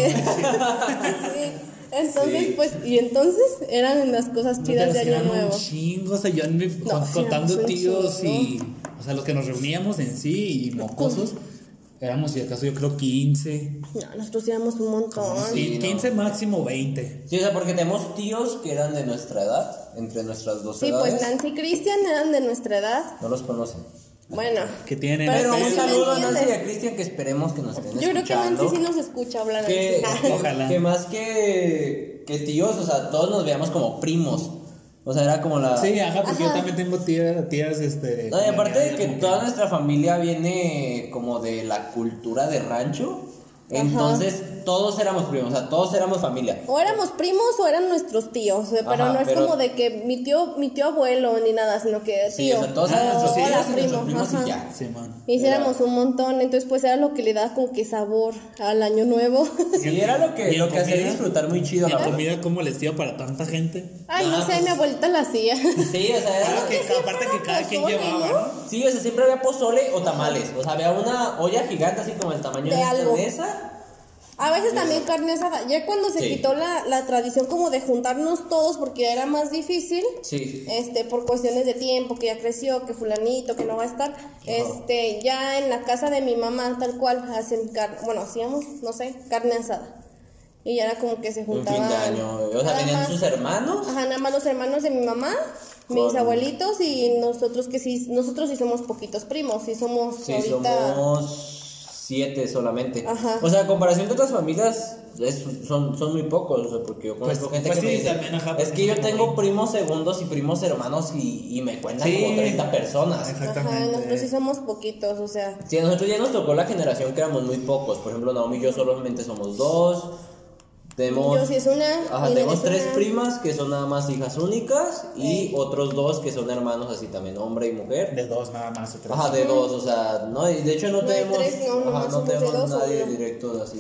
Sí. Entonces, Sí. pues, y entonces eran las cosas No, chidas pero de sí Año eran Nuevo. un chingo, o sea, yo en mi- No, con- sí contando éramos un tíos y, chingo. o sea, los que nos reuníamos en sí y mocosos, éramos si acaso yo creo quince, No, nosotros éramos un montón. Sí, y no. quince máximo veinte. Sí, o sea, porque tenemos tíos que eran de nuestra edad, entre nuestras dos Sí, edades. pues Nancy y Cristian eran de nuestra edad. No los conocen. Bueno. Que tienen Pero Pero sí un me saludo a Nancy y entienden. a Cristian que esperemos que nos estén Yo creo que escuchando. Nancy sí nos escucha hablar que, así. que- Ojalá. que más que, que tíos, o sea, todos nos veíamos como primos. O sea, era como la... Sí, ajá, porque Ajá. yo también tengo tías, tías este... No, y aparte de que como toda nuestra familia viene como de la cultura de rancho, Ajá. entonces todos éramos primos, o sea, todos éramos familia. O éramos primos o eran nuestros tíos, eh, pero Ajá, no es pero- como de que mi tío, mi tío abuelo ni nada, sino que Sí, tío. o sea, todos eran o- nuestros o tíos era y nuestros primo, primos ajá. y ya. Sí, man. Y hiciéramos un montón, entonces pues era lo que le da como que sabor al Año Nuevo. Sí, era lo que, ¿Y en lo que hacía comida? disfrutar muy chido, ¿Y la la verdad. comida cómo les dio para tanta gente? Ay, no Ah, sé, pues- mi abuelita la hacía. Sí, o sea, era Claro lo que, que... aparte que cada quien pozole, llevaba, ¿no? ¿no? Sí, o sea, siempre había pozole o tamales. O sea, había una olla gigante así como el tamaño de, De esta algo. mesa. A veces también carne asada. Ya cuando se Sí. quitó la, la tradición como de juntarnos todos porque ya era más difícil, Sí. este, por cuestiones de tiempo, que ya creció, que fulanito, que no va a estar, este, ya en la casa de mi mamá tal cual hacen carne, bueno, hacíamos, no sé, carne asada. Y ya era como que se Un juntaban. fin de año. O sea, nada venían más- sus hermanos. Ajá, nada más los hermanos de mi mamá, mis Con- abuelitos y nosotros que sí, nosotros sí somos poquitos primos, sí somos Sí, ahorita. somos siete solamente. Ajá. O sea, a comparación de otras familias, es- son, son muy pocos. O sea, porque yo conozco Pues- gente pues que me sí, dice, también, ajá, es porque que yo son como tengo veinte. primos segundos y primos hermanos y, y me cuentan Sí. como treinta personas. Exactamente. Ajá, nosotros sí somos poquitos, o sea. Sí, a nosotros ya nos tocó la generación que éramos muy pocos. Por ejemplo, Naomi y yo solamente somos dos. Tenemos, Yo sí es una, ajá, mi tenemos nena es tres una. primas que son nada más hijas únicas y Ey. otros dos que son hermanos así también, hombre y mujer. De dos nada más. o tres. Ajá, de dos, o sea, no, y de hecho no, No, de tenemos, tres, no, ajá, nomás no somos de tenemos dos o nadie uno. directo así.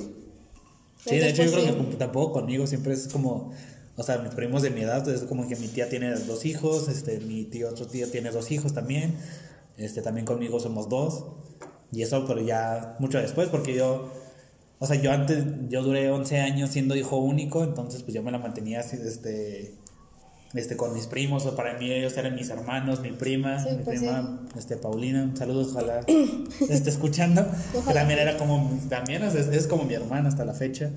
Sí, de hecho yo Entonces, creo sí. que como- tampoco conmigo siempre es como, o sea, mis primos de mi edad, es como que mi tía tiene dos hijos, este, mi tío, otro tío tiene dos hijos también, este, también conmigo somos dos, y eso pero ya mucho después, porque yo, o sea, yo antes, yo duré once años siendo hijo único, entonces pues yo me la mantenía así, este, este, con mis primos, o para mí ellos eran mis hermanos, mi prima, Sí, mi pues prima, este, Paulina, saludos, ojalá esté escuchando, que Ojalá. también era como, también es, es como mi hermana hasta la fecha.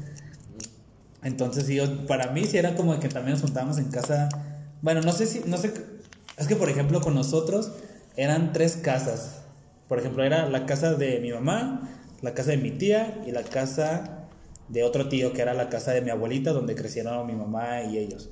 Entonces, sí, yo, para mí sí era como que también nos juntábamos en casa. Bueno, no sé si, no sé, es que por ejemplo con nosotros eran tres casas. Por ejemplo, era la casa de mi mamá, la casa de mi tía y la casa de otro tío, que era la casa de mi abuelita, donde crecieron mi mamá y ellos.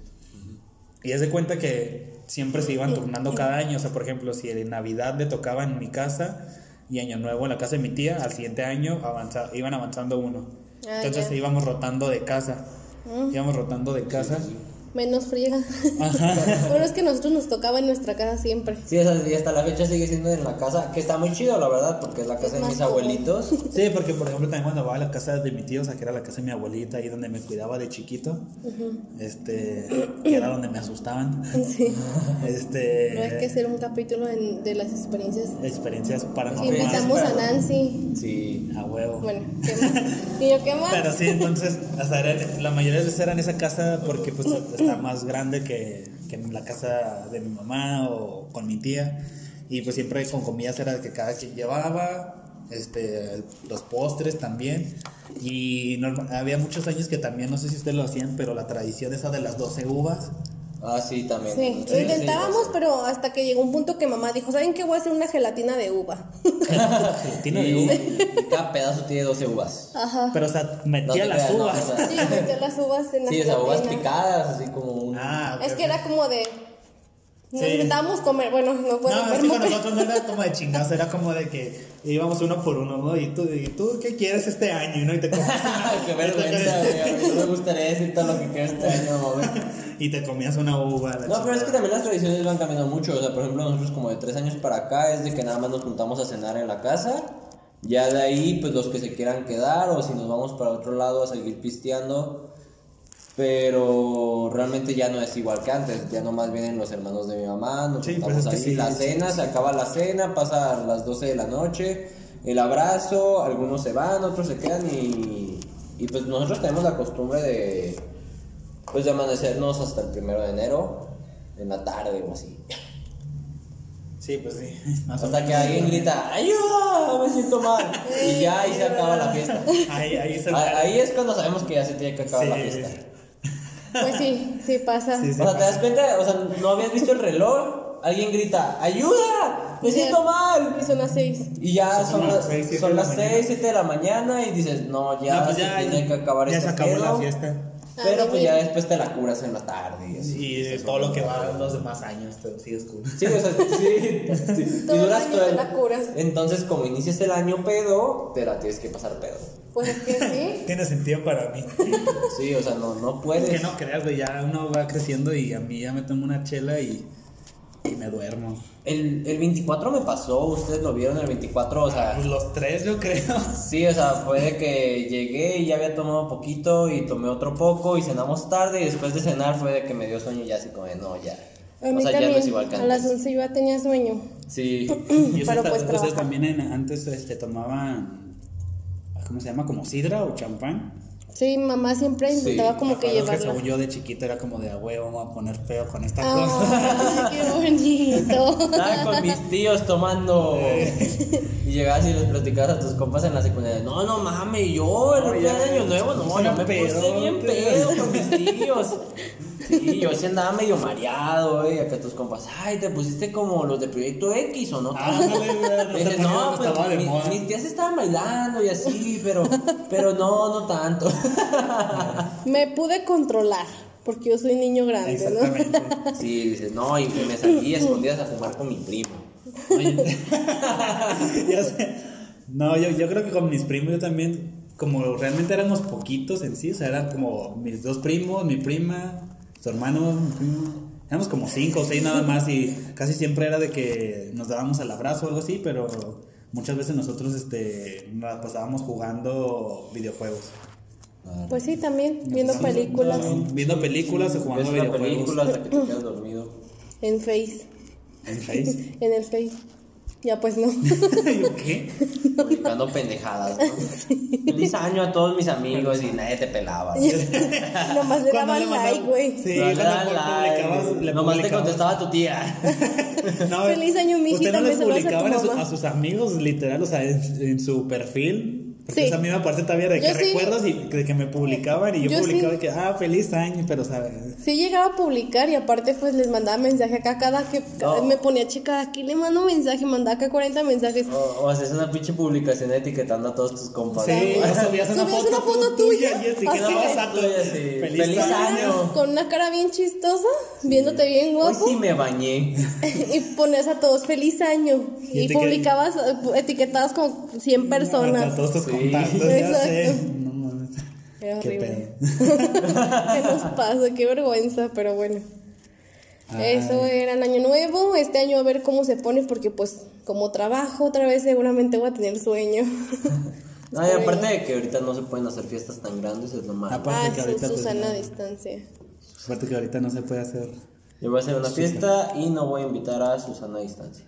Y es de cuenta que siempre se iban turnando cada año. O sea, por ejemplo, si en Navidad le tocaba en mi casa y Año Nuevo en la casa de mi tía, al siguiente año avanza, iban avanzando uno. Ah, Entonces ya. íbamos rotando de casa. Mm. Íbamos rotando de casa. Sí, sí. Menos friega. Bueno, es que nosotros nos tocaba en nuestra casa siempre. Sí, y hasta la fecha sigue siendo en la casa, que está muy chido, la verdad, porque es la casa es de mis común. abuelitos. Sí, porque por ejemplo también cuando iba a la casa de mi tío, o sea, que era la casa de mi abuelita, ahí donde me cuidaba de chiquito, uh-huh. este, que era donde me asustaban. Sí. Este. No hay que hacer un capítulo en, de las experiencias. Experiencias paranormales. Sí, invitamos a Nancy. Sí, a huevo. Bueno, ¿qué más? ¿Y yo qué más? Pero sí, entonces, hasta era, la mayoría de veces era en esa casa porque pues está más grande que, que en la casa de mi mamá o con mi tía, y pues siempre con comidas era que cada quien llevaba, este, los postres también, y normal, había muchos años que también, no sé si ustedes lo hacían, pero la tradición esa de las doce uvas. Ah, sí, también. Sí, lo intentábamos, sí, pero hasta que llegó un punto que mamá dijo, ¿saben qué? Voy a hacer una gelatina de uva. ¿Gelatina de uva? Sí. Y cada pedazo tiene doce uvas. Ajá. Pero, o sea, metía no las creas, uvas. No, o sea, sí, metía las uvas en la sí, gelatina. Sí, o sea, uvas picadas, así como un... Ah, okay, es que okay. era como de... Nos sí. intentábamos comer, bueno, no puedo No, comer. es que con nosotros no era como de chingazo, era como de que íbamos uno por uno, ¿no? Y tú, y tú ¿qué quieres este año? ¿No? Y te comías una, qué vergüenza, güey. No me gustaría decir todo lo que quiero este año, güey. Y te comías una uva. No, chingada. Pero es que también las tradiciones van cambiando mucho. O sea, por ejemplo, nosotros como de tres años para acá es de que nada más nos juntamos a cenar en la casa. Ya de ahí, pues los que se quieran quedar, o si nos vamos para otro lado a seguir pisteando. Pero realmente ya no es igual que antes, ya nomás vienen los hermanos de mi mamá, nos sí, juntamos pues es ahí, que sí, la sí, cena, sí, se sí. acaba la cena, pasa a las doce de la noche, el abrazo, algunos se van, otros se quedan y, y pues nosotros tenemos la costumbre de, pues de amanecernos hasta el primero de enero, en la tarde o así. Sí, pues sí. Hasta que alguien grita, ¡ayuda! Me siento mal. Y ya ahí se acaba la fiesta. Ahí, ahí, se ahí, ahí es cuando sabemos que ya se tiene que acabar sí. la fiesta. Pues sí, sí pasa. Sí, sí o sea, pasa. ¿te das cuenta? O sea, ¿no habías visto el reloj? Alguien grita, ¡ayuda! ¡Me siento mal! Y son las seis. Y ya son, son, las las seis, siete son de la las mañana. seis, siete de la mañana y dices, no, ya, no, pues se ya tiene que acabar ya este se acabó pedo. la fiesta. Pero Ah, pues ya después te la curas en la tarde. Y, así, y de todo lo que va los demás años te lo sigues curando. Sí, o sea, sí. sí. Todo y duras el año todo te el... la curas. Entonces, como inicias el año pedo, te la tienes que pasar pedo. Pues es que sí. Tiene sentido para mí. Sí, o sea, no, no puedes. Que no creas, güey, ya uno va creciendo y a mí ya me tomo una chela y, y me duermo. El, el veinticuatro me pasó, ustedes lo vieron el veinticuatro, o sea... Pues los tres yo creo. Sí, o sea, fue de que llegué y ya había tomado poquito y tomé otro poco y cenamos tarde y después de cenar fue de que me dio sueño y ya así como de, no, ya. A o mí sea, también, ya no es igual que a antes. las once yo ya tenía sueño. Sí. Y Pero ustedes, pues ustedes trabajar. también en, antes este, tomaban, ¿cómo se llama? ¿Como sidra o champán? Sí, mamá siempre intentaba Sí, como que Me acuerdo llevarla. según yo de chiquito era como de, ah, güey, vamos a poner feo con esta Ay, cosa. qué bonito. Estaba con mis tíos tomando y llegabas y les platicabas a tus compas en la secundaria. No, no mames, yo el No, otro ya, día de año nuevo, no, suena yo me puse pedote. bien pedo con mis tíos. Sí, yo sí andaba medio mareado, güey, acá tus compas, ay, te pusiste como los de Proyecto X o no. Ándale, güey, no Y dices, te no, ponías, pues estaba de mi- moda. mis tías estaban bailando y así, pero, pero no, no tanto. Me pude controlar, porque yo soy niño grande, ¿no? Exactamente. Sí, dices, no, y me salí a escondidas a fumar con mi primo. Oye, ya sé. No, yo, yo creo que con mis primos yo también, como realmente éramos poquitos en sí, o sea, eran como mis dos primos, mi prima, su hermano, mi primo. Éramos como cinco o seis nada más y casi siempre era de que nos dábamos el abrazo o algo así, pero muchas veces nosotros este, nos pasábamos jugando videojuegos. Pues sí, también, viendo películas Viendo películas o Ves jugando una videojuegos. película hasta que te quedas dormido. en Face. ¿En Face? En el Face. Ya pues no. ¿Yo qué? Publicando pendejadas, ¿no? Feliz año a todos mis amigos y nadie te pelaba. ¿no? Nomás le Cuando daban le mandaba- like, güey. Sí, No le cuando daban publicabas, like. le Nomás te publicabas. contestaba tu tía. No, Feliz año, mijita, ¿usted no me les saludas a tu publicaban a, su- mamá? a sus amigos, literal, o sea, en, en su perfil? Porque Sí. esa misma parte todavía de Yo que sí. recuerdas y de que me publicaban y yo, Yo publicaba sí. de que, ah, feliz año, pero, ¿sabes? Sí llegaba a publicar y aparte pues les mandaba mensaje acá cada que No. me ponía chica, aquí le mando mensaje, mandaba acá cuarenta mensajes. O, o haces una pinche publicación etiquetando a todos tus compas. Sí, ¿no? o subías una Subías foto, una foto tuya, y te así quedabas de- a tu... Tuya, sí. Feliz, Feliz año. año. Con una cara bien chistosa, viéndote bien Hoy guapo. sí me bañé. Y ponías a todos feliz año. Y Y, etiquet- publicabas, eh, etiquetabas como cien A personas. todos tus Sí. contactos, ya Exacto. sé. No mames. Era Qué horrible. ¿Qué nos pasa? Qué vergüenza, pero bueno. Ay. Eso era el año nuevo. Este año a ver cómo se pone, porque pues como trabajo otra vez seguramente voy a tener sueño. No, y aparte de que ahorita no se pueden hacer fiestas tan grandes, es lo malo. Aparte ah, que ahorita Susana pues, a distancia. Aparte que ahorita no se puede hacer. Yo voy a hacer una fiesta y no voy a invitar a Susana a distancia.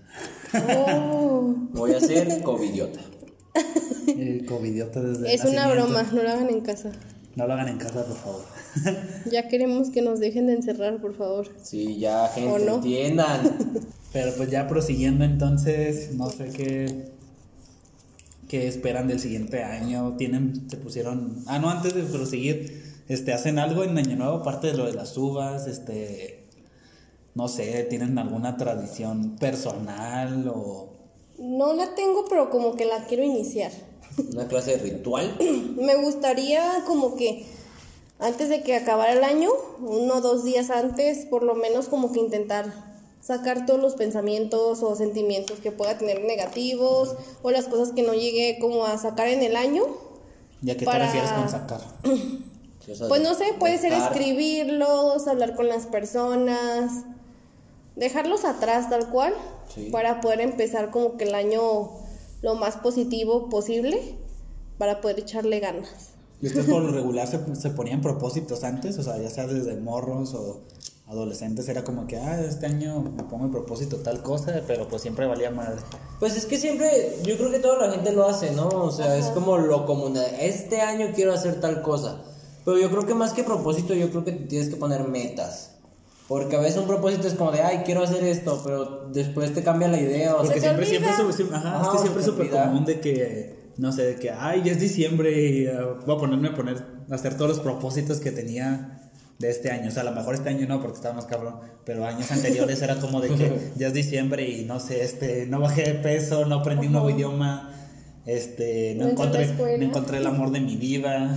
Oh. Voy a hacer covidiota. El covidiota desde Es una broma, no lo hagan en casa. No lo hagan en casa, por favor. Ya queremos que nos dejen de encerrar, por favor. Sí, ya, gente, no? Entiendan. Pero pues ya prosiguiendo entonces, no sé qué... ¿Qué esperan del siguiente año? ¿Tienen, se pusieron... Ah, no, antes de proseguir, este, ¿hacen algo en Año Nuevo aparte de lo de las uvas? Este, no sé, ¿tienen alguna tradición personal o...? No la tengo, pero como que la quiero iniciar. ¿Una clase de ritual? Me gustaría como que antes de que acabara el año, uno o dos días antes, por lo menos como que intentar... sacar todos los pensamientos o sentimientos que pueda tener negativos o las cosas que no llegue como a sacar en el año. ¿Y a qué para... te refieres con sacar? Pues no sé, puede ser escribirlos, hablar con las personas, dejarlos atrás tal cual, sí. Para poder empezar como que el año lo más positivo posible, para poder echarle ganas. ¿Y ustedes por lo regular se, se ponían propósitos antes? O sea, ya sea desde morros o... adolescentes, era como que, ah, este año me pongo el propósito tal cosa, pero pues siempre valía madre. Pues es que siempre, yo creo que toda la gente lo hace, ¿no? O sea, ajá, es como lo común, este año quiero hacer tal cosa. Pero yo creo que más que propósito, yo creo que tienes que poner metas. Porque a veces un propósito es como de, ay, quiero hacer esto, pero después te cambia la idea. O Porque sea, siempre, siempre, siempre, ajá, ajá, es que siempre es súper común de que, no sé, de que, ay, ya es diciembre y uh, voy a ponerme a poner, a hacer todos los propósitos que tenía de este año. O sea, a lo mejor este año no, porque estaba más cabrón, pero años anteriores era como de que ya es diciembre y no sé, este, no bajé de peso, no aprendí un nuevo idioma, este, no, no encontré, no encontré el amor de mi vida.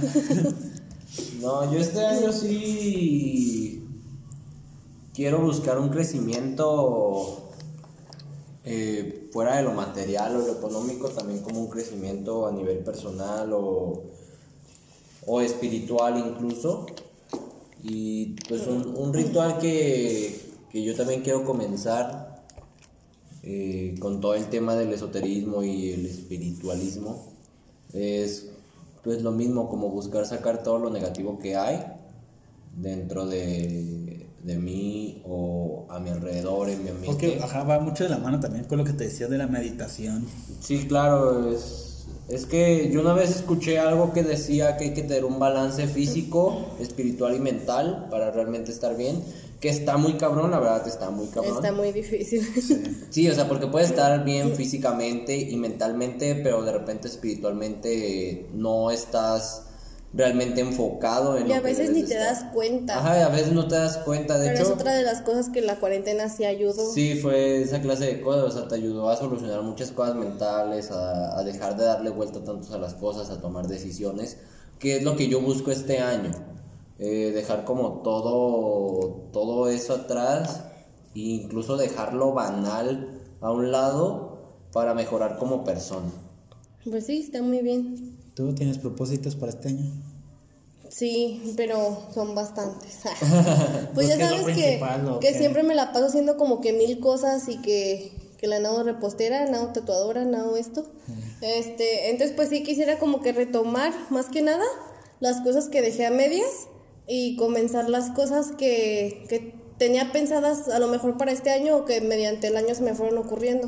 No, yo este año sí quiero buscar un crecimiento eh, fuera de lo material o lo económico, también como un crecimiento a nivel personal o, o espiritual incluso. Y pues un, un ritual que, que yo también quiero comenzar eh, con todo el tema del esoterismo y el espiritualismo es pues lo mismo, como buscar sacar todo lo negativo que hay dentro de, de mí o a mi alrededor, en mi ambiente. Porque ajá, va mucho de la mano también con lo que te decía de la meditación. Sí, claro, es, es que yo una vez escuché algo que decía que hay que tener un balance físico, espiritual y mental para realmente estar bien, que está muy cabrón, la verdad está muy cabrón. Está muy difícil. Sí, sí, o sea, porque puedes estar bien físicamente y mentalmente, pero de repente espiritualmente no estás realmente enfocado en y lo a veces que ni te estar. das cuenta. Ajá, a veces no te das cuenta, de pero hecho. es otra de las cosas que la cuarentena sí ayudó. Sí, fue esa clase de cosas, o sea, te ayudó a solucionar muchas cosas mentales, a, a dejar de darle vuelta tanto a las cosas, a tomar decisiones, que es lo que yo busco este año. Eh, dejar como todo, todo eso atrás e incluso dejarlo banal a un lado para mejorar como persona. Pues sí, está muy bien. ¿Tú tienes propósitos para este año? Sí, pero son bastantes. Pues ya sabes que, que siempre me la paso haciendo como que mil cosas y que, que la nado repostera, nado tatuadora, nado esto. Mm. Este, entonces pues sí quisiera como que retomar más que nada las cosas que dejé a medias y comenzar las cosas que, que tenía pensadas a lo mejor para este año o que mediante el año se me fueron ocurriendo,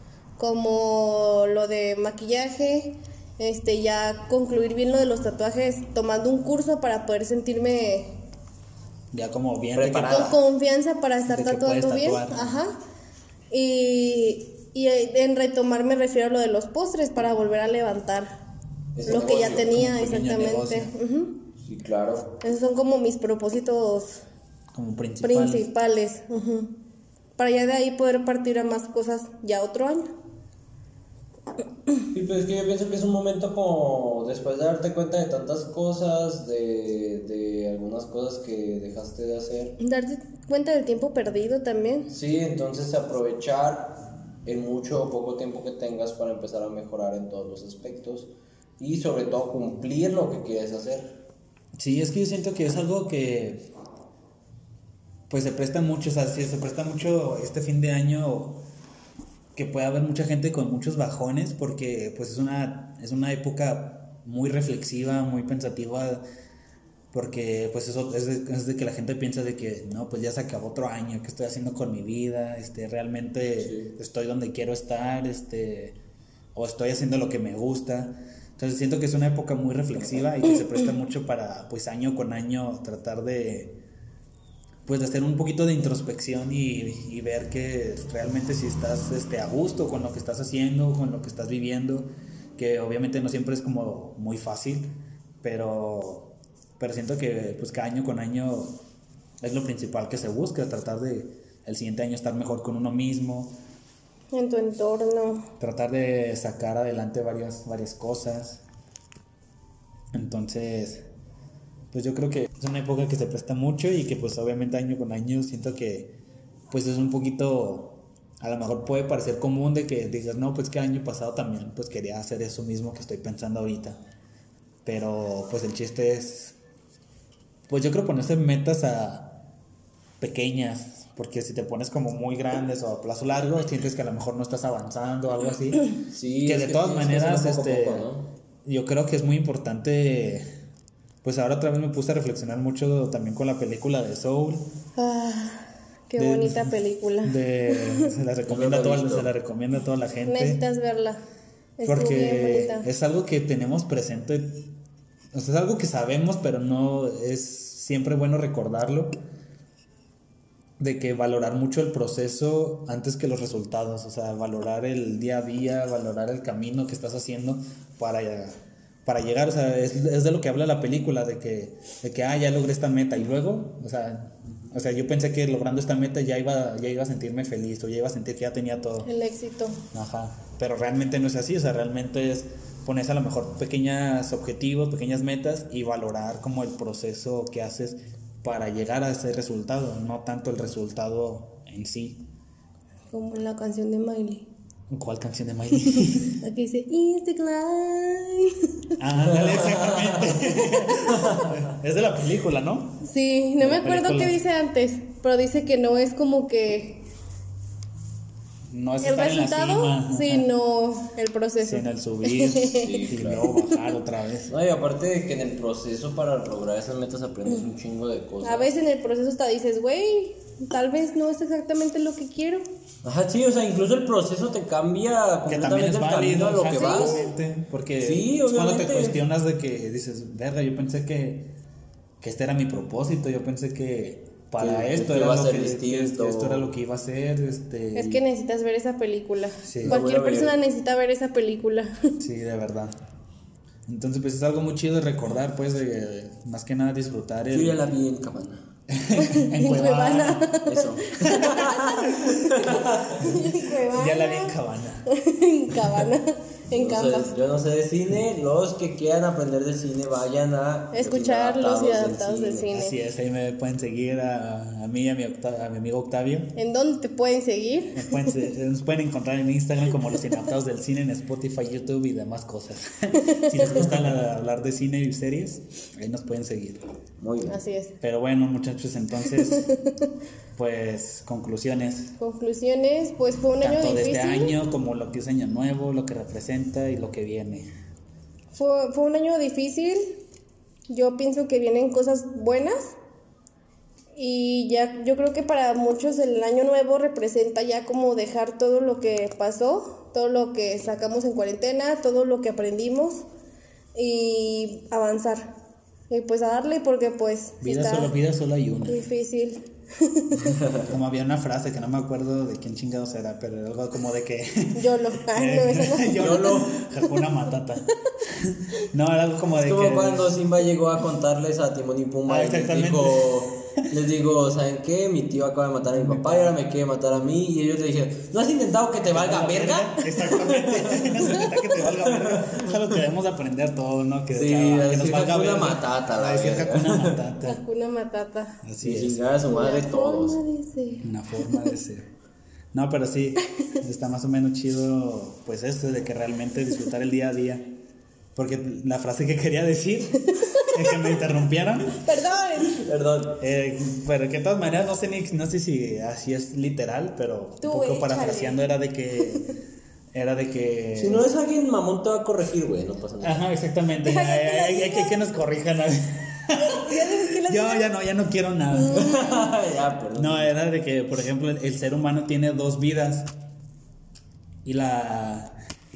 como lo de maquillaje, este ya concluir bien lo de los tatuajes tomando un curso para poder sentirme ya como bien preparada, con confianza para estar tatuando bien, ajá. Y, y en retomar me refiero a lo de los postres para volver a levantar ese lo negocio, que ya tenía exactamente. Uh-huh. Sí, claro. Esos son como mis propósitos como principales, principales uh-huh. Para ya de ahí poder partir a más cosas ya otro año. Sí, pues es que yo pienso que es un momento como después de darte cuenta de tantas cosas, de, de algunas cosas que dejaste de hacer. Darte cuenta del tiempo perdido también. Sí, entonces aprovechar el mucho o poco tiempo que tengas para empezar a mejorar en todos los aspectos y sobre todo cumplir lo que quieres hacer. Sí, es que yo siento que es algo que pues se presta mucho, o sea, sí, se presta mucho este fin de año que puede haber mucha gente con muchos bajones porque pues es una es una época muy reflexiva, muy pensativa, porque pues eso es de, es de que la gente piensa de que no, pues ya se acabó otro año, ¿qué estoy haciendo con mi vida? Este, realmente sí. Estoy donde quiero estar, este, o estoy haciendo lo que me gusta. Entonces siento que es una época muy reflexiva y que se presta mucho para pues año con año tratar de pues de hacer un poquito de introspección y, y ver que realmente si estás este, a gusto con lo que estás haciendo, con lo que estás viviendo, que obviamente no siempre es como muy fácil, pero, pero siento que pues cada año con año es lo principal que se busca, tratar de el siguiente año estar mejor con uno mismo, en tu entorno, tratar de sacar adelante varias, varias cosas. Entonces pues yo creo que es una época que se presta mucho y que pues obviamente año con año siento que pues es un poquito, a lo mejor puede parecer común de que digas, no, pues que el año pasado también pues quería hacer eso mismo que estoy pensando ahorita, pero pues el chiste es, pues yo creo ponerse metas a pequeñas, porque si te pones como muy grandes o a plazo largo, sientes que a lo mejor no estás avanzando o algo así, sí, que de que todas maneras poco este, poco, ¿no? Yo creo que es muy importante. Pues ahora otra vez me puse a reflexionar mucho también con la película de Soul. Ah, qué de, bonita película. De, se la recomiendo a toda, se la recomiendo a toda la gente. Necesitas verla. Estuvo porque bien es algo que tenemos presente, o sea, es algo que sabemos, pero no es siempre bueno recordarlo, de que valorar mucho el proceso antes que los resultados, o sea, valorar el día a día, valorar el camino que estás haciendo para para llegar, o sea, es, es de lo que habla la película, de que, de que, ah, ya logré esta meta, y luego, o sea, o sea, yo pensé que logrando esta meta ya iba, ya iba a sentirme feliz, o ya iba a sentir que ya tenía todo. El éxito. Ajá, pero realmente no es así, o sea, realmente es ponerse a lo mejor pequeños objetivos, pequeñas metas, y valorar como el proceso que haces para llegar a ese resultado, no tanto el resultado en sí. Como en la canción de Miley. ¿Cuál canción de Miley? Aquí dice Instagram. Ah, dale, exactamente. Es de la película, ¿no? Sí, no de me acuerdo película. qué dice antes, pero dice que no es como que no es el resultado, sino el proceso. Sino el subir sí, y claro. Luego bajar otra vez. No, y aparte de que en el proceso para lograr esas metas aprendes un chingo de cosas. A veces en el proceso hasta dices, güey, tal vez no es exactamente lo que quiero. Ajá, sí, o sea, incluso el proceso te cambia completamente el camino a lo que vas. Porque sí, es cuando te cuestionas de que dices, verga, yo pensé que, que este era mi propósito, yo pensé que para que, esto que era lo que, que esto era lo que iba a ser. Este, es que necesitas ver esa película. Sí. Cualquier persona necesita ver esa película. Sí, de verdad. Entonces, pues es algo muy chido de recordar, pues, de, más que nada disfrutar el... Yo ya la vi en Cabana. en Cuevana. Eso. Ya la vi en Cabana. En Cabana. En no sé, yo no sé de cine. Los que quieran aprender de cine vayan a escuchar Los Inadaptados del cine. Así es, ahí me pueden seguir a, a mí y a mi, a mi amigo Octavio. ¿En dónde te pueden seguir? Me pueden, nos pueden encontrar en Instagram como Los Inadaptados del Cine, en Spotify, YouTube y demás cosas. Si les gusta la, hablar de cine y series, ahí nos pueden seguir. Muy bien. Así es. Pero bueno, muchachos, entonces, pues, conclusiones. Conclusiones, pues fue un Tanto año difícil. Tanto de este año como lo que es año nuevo, lo que representa y lo que viene. Fue, fue un año difícil. Yo pienso que vienen cosas buenas. Y ya yo creo que para muchos el año nuevo representa ya como dejar todo lo que pasó, todo lo que sacamos en cuarentena, todo lo que aprendimos y avanzar. Y pues a darle porque pues vida está solo vida solo hay una. Difícil. Como había una frase que no me acuerdo de quién chingados era, pero algo como de que YOLO. Ay, no, esa no. YOLO, Hakuna Matata. No, era algo como de es como que cuando Simba llegó a contarles a Timón y Pumba ah, y les dijo, les digo, ¿saben qué? Mi tío acaba de matar a mi papá y ahora me quiere matar a mí. Y ellos le dijeron, ¿no has intentado que te valga verga? Exactamente. No has intentado que te valga verga. Es algo que debemos aprender todo, ¿no? Que, sí, que, que nos valga verga. Hakuna Matata, la decir Hakuna Matata. Hakuna Matata. Así y es. chingar a su madre Una todos. Forma de ser. Una forma de ser. No, pero sí, está más o menos chido, pues esto de que realmente disfrutar el día a día. Porque la frase que quería decir que me interrumpieron. Perdón. Perdón. Eh, pero que de todas maneras, no sé, ni, no sé si así es literal, pero Tú, un poco échale. parafraseando era de que... Era de que... Si no es alguien mamón, te va a corregir, güey, no pasa nada. Ajá, exactamente. Ya, Ya que la hay, hay que, diga. que nos corrijan. ¿Ya ves que la Yo ya no, ya no quiero nada. Ya, perdón. No, era de que, por ejemplo, el, el ser humano tiene dos vidas. Y la...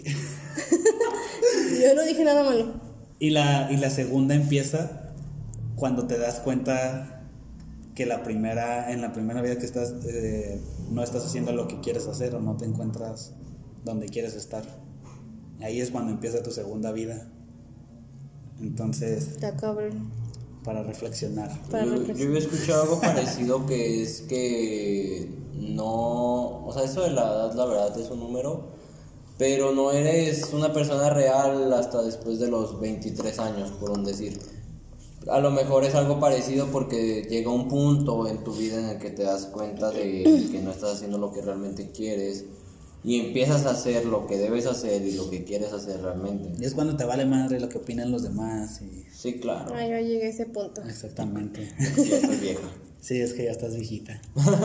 Yo no dije nada malo. Y la, y la segunda empieza cuando te das cuenta que la primera, en la primera vida que estás, eh, no estás haciendo lo que quieres hacer o no te encuentras donde quieres estar. Ahí es cuando empieza tu segunda vida. Entonces, Ya cabrón. para reflexionar. Para Yo, reflexionar. yo había escuchado algo parecido que es que no, o sea, eso de la edad la verdad es un número, pero no eres una persona real hasta después de los veintitrés años, por un decir. A lo mejor es algo parecido porque llega un punto en tu vida en el que te das cuenta de que no estás haciendo lo que realmente quieres y empiezas a hacer lo que debes hacer y lo que quieres hacer realmente. Y es cuando te vale madre lo que opinan los demás. Y... Sí, claro. Ay, yo llegué a ese punto. Exactamente. Ya estoy vieja. Sí, es que ya estás viejita.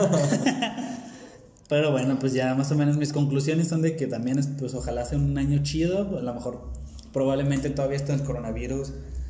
Pero bueno, pues ya más o menos mis conclusiones son de que también, es, pues ojalá sea un año chido. A lo mejor, probablemente todavía esto del coronavirus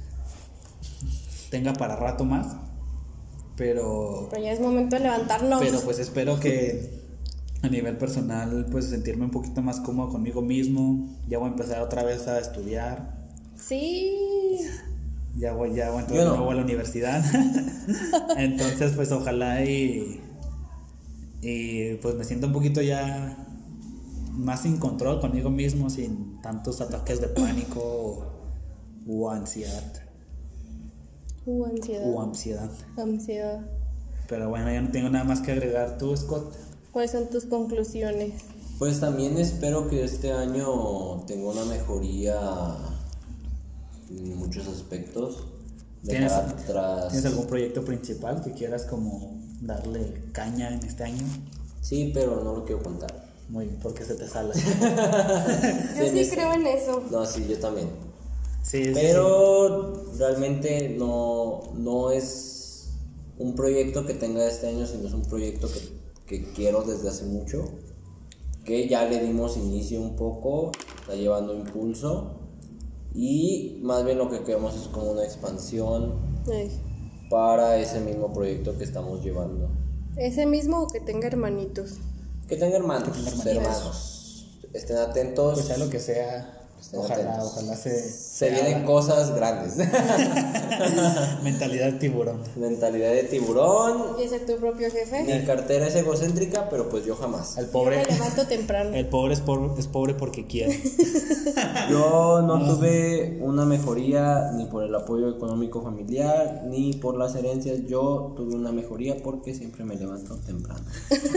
tenga para rato más. Pero, Pero ya es momento de levantarnos. pero pues espero que a nivel personal, pues sentirme un poquito más cómodo conmigo mismo. Ya voy a empezar otra vez a estudiar. Sí. Ya voy, ya voy a entrar Yo de no. nuevo a la universidad. Entonces, pues ojalá y, y pues me siento un poquito ya más en control conmigo mismo, sin tantos ataques de pánico o, o ansiedad. Uh, ansiedad. O ansiedad. Ansiedad. Pero bueno, ya no tengo nada más que agregar. ¿Tú, Scott? ¿Cuáles son tus conclusiones? Pues también espero que este año tenga una mejoría en muchos aspectos. ¿Tienes, Dejar atrás. ¿Tienes algún proyecto principal que quieras como darle caña en este año? Sí, pero no lo quiero contar. Muy bien, porque se te sale. Yo Sí, sí me- creo en eso. No, sí, yo también. Sí, sí, Pero realmente no, no es un proyecto que tenga este año, sino es un proyecto que, que quiero desde hace mucho. Que ya le dimos inicio un poco, está llevando impulso. Y más bien lo que queremos es como una expansión Ay. para ese mismo proyecto que estamos llevando. Ese mismo o que tenga hermanitos. Que tenga hermanos, tenga hermanitos. hermanos. Estén atentos. Pues sea lo que sea, Estén ojalá, atentos. ojalá se... Se vienen cosas grandes. Mentalidad tiburón. Mentalidad de tiburón. ¿Y ser tu propio jefe? Mi cartera es egocéntrica, pero pues yo jamás. El Yo pobre, me levanto temprano. el pobre es, pobre es pobre porque quiere. Yo no tuve una mejoría ni por el apoyo económico familiar, ni por las herencias. Yo tuve una mejoría porque siempre me levanto temprano.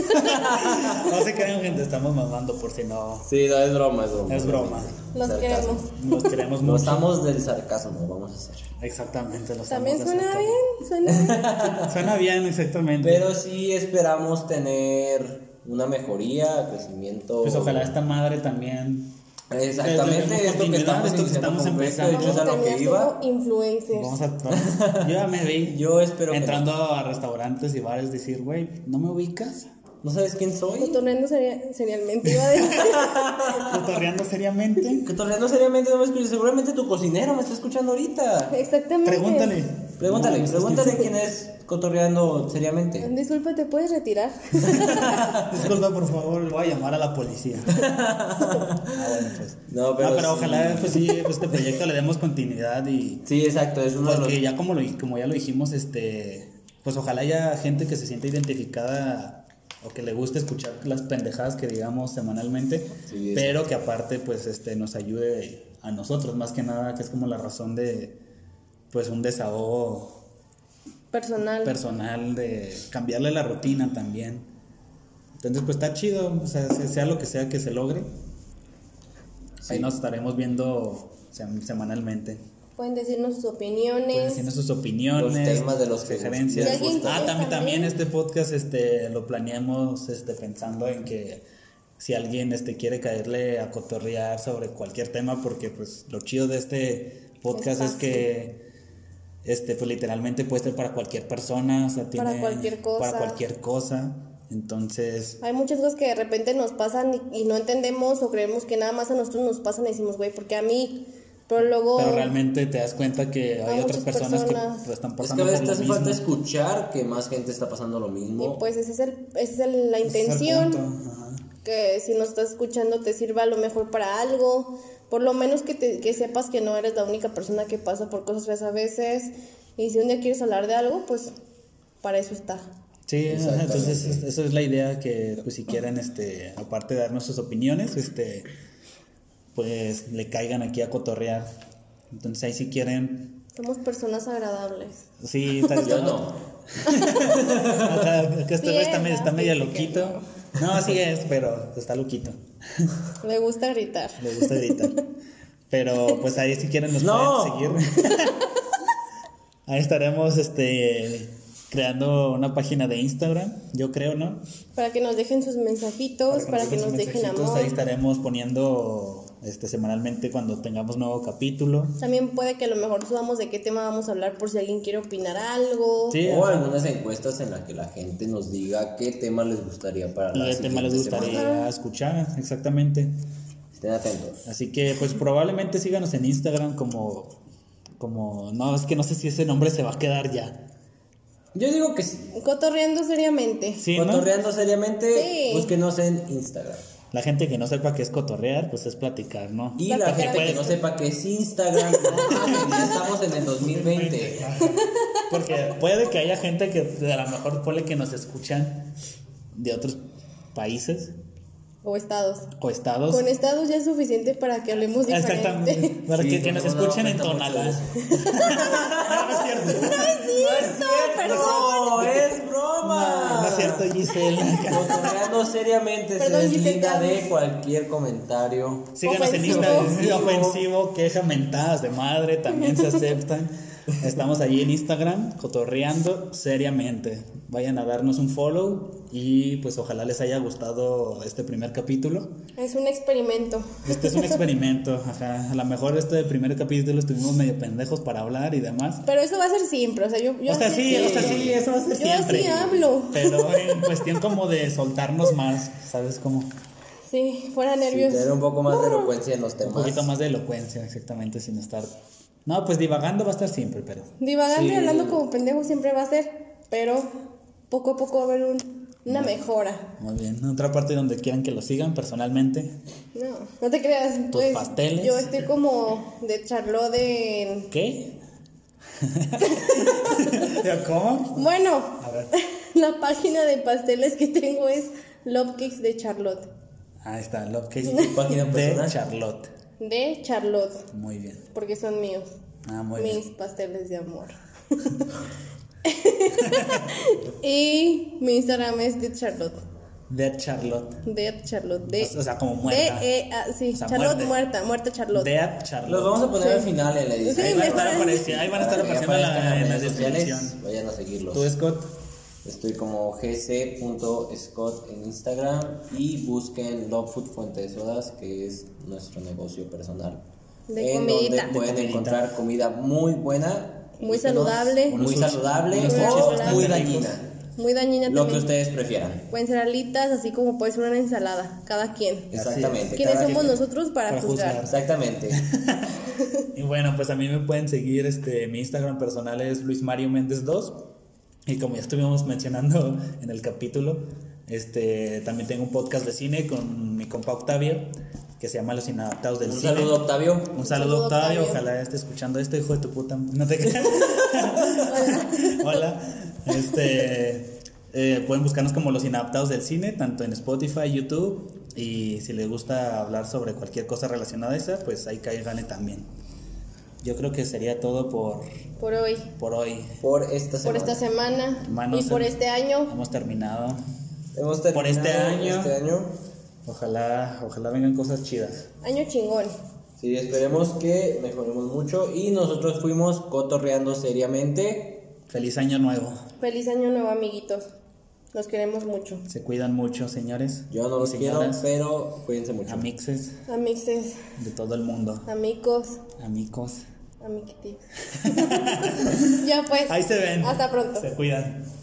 No se crean, gente, estamos mamando por si no. Sí, no, es broma, es broma. Es broma. Los Sarcasmo. queremos. Nos queremos No mucho. estamos del sarcasmo, vamos a hacer. Exactamente, lo También estamos suena aceptando. bien, suena bien. Suena bien, exactamente. Pero sí esperamos tener una mejoría, crecimiento. Pues ojalá esta madre también. Exactamente, Demos es lo que continuidad, estamos, esto que iniciando estamos con Beto, empezando. de hecho es a lo que Terminar iba. siendo influencers. Vamos a. Yo ya me vi Yo espero que entrando a restaurantes y bares decir, güey, ¿no me ubicas? ¿No sabes quién soy? Cotorreando seria- serialmente iba a decir. Cotorreando seriamente. Cotorreando seriamente, no me escuchas. Seguramente tu cocinero me está escuchando ahorita. Exactamente. Pregúntale. Pregúntale, No, pregúntale quién es cotorreando seriamente. Disculpa, ¿te puedes retirar? Disculpa, por favor, voy a llamar a la policía. Ah, bueno, pues. No, No, pero, pero, sí. ojalá pues sí, pues, este proyecto le demos continuidad y Sí, exacto, es uno de porque los. ya como lo como ya lo dijimos, este pues ojalá haya gente que se sienta identificada o que le guste escuchar las pendejadas que digamos semanalmente, Sí, pero que aparte pues este nos ayude a nosotros más que nada, que es como la razón de pues un desahogo Personal. personal, de cambiarle la rutina también. Entonces pues está chido, o sea, sea sea lo que sea que se logre. Ahí Sí. nos estaremos viendo sem- semanalmente. Pueden decirnos sus opiniones. Pueden decirnos sus opiniones, Los temas de los que sugerencias. les gusta. Ah, también, También. también este podcast este, lo planeamos este, pensando en que si alguien este, quiere caerle a cotorrear sobre cualquier tema, porque pues lo chido de este podcast es Espacio. que este, pues literalmente puede ser para cualquier persona, o sea, tiene, Para cualquier cosa. Para cualquier cosa, entonces... Hay muchas cosas que de repente nos pasan y, y no entendemos o creemos que nada más a nosotros nos pasan y decimos, güey, porque a mí... Pero luego... Pero realmente te das cuenta que hay, hay otras personas, personas que lo están pasando por lo mismo. Es que a veces te hace falta escuchar que más gente está pasando lo mismo. Y pues esa es, el, esa es el, la intención, es que si nos estás escuchando te sirva a lo mejor para algo, por lo menos que, te, que sepas que no eres la única persona que pasa por cosas feas a veces, y si un día quieres hablar de algo, pues para eso está. Sí, entonces eso es la idea, que pues si quieren, este, aparte de darnos sus opiniones, este... pues le caigan aquí a cotorrear. Entonces ahí si quieren... Somos personas agradables. Sí, tal vez. Yo no. Acá, acá este güey está, está medio loquito. No. No, así es, pero está loquito. Le gusta gritar. Le gusta gritar. Pero pues ahí si quieren nos no. pueden seguir. Ahí estaremos este creando una página de Instagram, yo creo, ¿no? Para que nos dejen sus mensajitos, para que, para que nos dejen amor. Ahí estaremos poniendo este semanalmente cuando tengamos nuevo capítulo. También puede que a lo mejor subamos de qué tema vamos a hablar por si alguien quiere opinar algo. Sí, o algunas encuestas en las que la gente nos diga qué tema les gustaría para la ¿Qué tema les gustaría semana? escuchar? Exactamente. Estén atentos. Así que pues probablemente síganos en Instagram como como no, es que no sé si ese nombre se va a quedar ya. Yo digo que sí. Cotorreando seriamente. Sí, Cotorreando ¿no? seriamente, sí. Búsquenos en Instagram. La gente que no sepa qué es cotorrear, pues es platicar, ¿no? Y la, la gente puedes... que no sepa qué es Instagram, no, ya estamos en el dos mil veinte. Porque puede que haya gente que a lo mejor puede que nos escuchan de otros países. O estados. O estados. Con estados ya es suficiente para que hablemos diferente. Exactamente. Para sí, que, que nos escuchen en Tonalá. No, no es cierto. No es cierto, perdón. No, es broma. No, no es cierto, Gisela. Cotorreando seriamente, perdón, se deslinda de cualquier comentario. Síganos en Instagram. Ofensivo. Ofensivo, queja, mentadas de madre, también se aceptan. Estamos allí en Instagram, cotorreando seriamente. Vayan a darnos un follow y pues ojalá les haya gustado este primer capítulo. Es un experimento. Este es un experimento, ajá. A lo mejor este primer capítulo estuvimos medio pendejos para hablar y demás. Pero eso va a ser siempre, o sea, yo, yo o sea, sí, o sea, sí, eso va a ser yo siempre. Yo así hablo. Pero en cuestión como de soltarnos más, ¿sabes cómo? Sí, fuera nervios. Sí, tener un poco más no. de elocuencia en los temas. Un poquito más de elocuencia, exactamente, sin estar... No, pues divagando va a estar siempre, pero... Divagando sí. y hablando como pendejo siempre va a ser, pero poco a poco va a haber un, una mejora. Muy bien. Otra parte donde quieran que lo sigan personalmente. No, no te creas. Tus pues, pasteles. Yo estoy como de Charlotte en... ¿Qué? ¿Cómo? Bueno, a ver. La página de pasteles que tengo es Love Cakes de Charlotte. Ahí está, Love Cakes de página de Charlotte. De Charlotte. Muy bien. Porque son míos. Ah, muy Mis bien. pasteles de amor. Y mi Instagram es de Charlotte. De Charlotte. De Charlotte. De, o sea, como muerta. De, eh, ah, sí, o sea, Charlotte muerte. muerta, muerta Charlotte. De Charlotte. Los vamos a poner sí. al final en la edición. Sí, ahí, van a estar apareciendo, ahí van a estar apareciendo en la, en la descripción. Vayan a seguirlos. ¿Tú, Scott? Estoy como g c punto scott en Instagram y busquen Love Food Fuente de Sodas, que es nuestro negocio personal. De en comidita. donde pueden de encontrar comida muy buena, muy saludable, muy saludable o muy dañina. Muy dañina Lo también. que ustedes prefieran. Pueden ser alitas, así como puede ser una ensalada, cada quien. Exactamente. ¿Quiénes cada somos quien. nosotros para, para juzgar? juzgar? Exactamente. Y bueno, pues a mí me pueden seguir, este, mi Instagram personal es Luis Mario Méndez dos. Y como ya estuvimos mencionando en el capítulo, este, también tengo un podcast de cine con mi compa Octavio, que se llama Los Inadaptados del un Cine. Un saludo, Octavio. Un saludo, saludo Octavio. Octavio, ojalá esté escuchando esto, hijo de tu puta. No te creas. Hola. Hola. Este, eh, pueden buscarnos como Los Inadaptados del Cine, tanto en Spotify, YouTube, y si les gusta hablar sobre cualquier cosa relacionada a esa, pues ahí caigan también. Yo creo que sería todo por... Por hoy. Por hoy. Por esta semana. Por esta semana. Hermanos, y por este año. Hemos terminado. Hemos terminado. Por este año. Este año. Ojalá, ojalá vengan cosas chidas. Año chingón. Sí, esperemos que mejoremos mucho. Y nosotros fuimos cotorreando seriamente. Feliz año nuevo. Feliz año nuevo, amiguitos. Los queremos mucho. Se cuidan mucho, señores. Yo no los quiero, pero cuídense mucho. Amixes. Amixes. De todo el mundo. Amigos. Amigos. A mi Kitty. Ya pues. Ahí se ven. Hasta pronto. Se cuidan.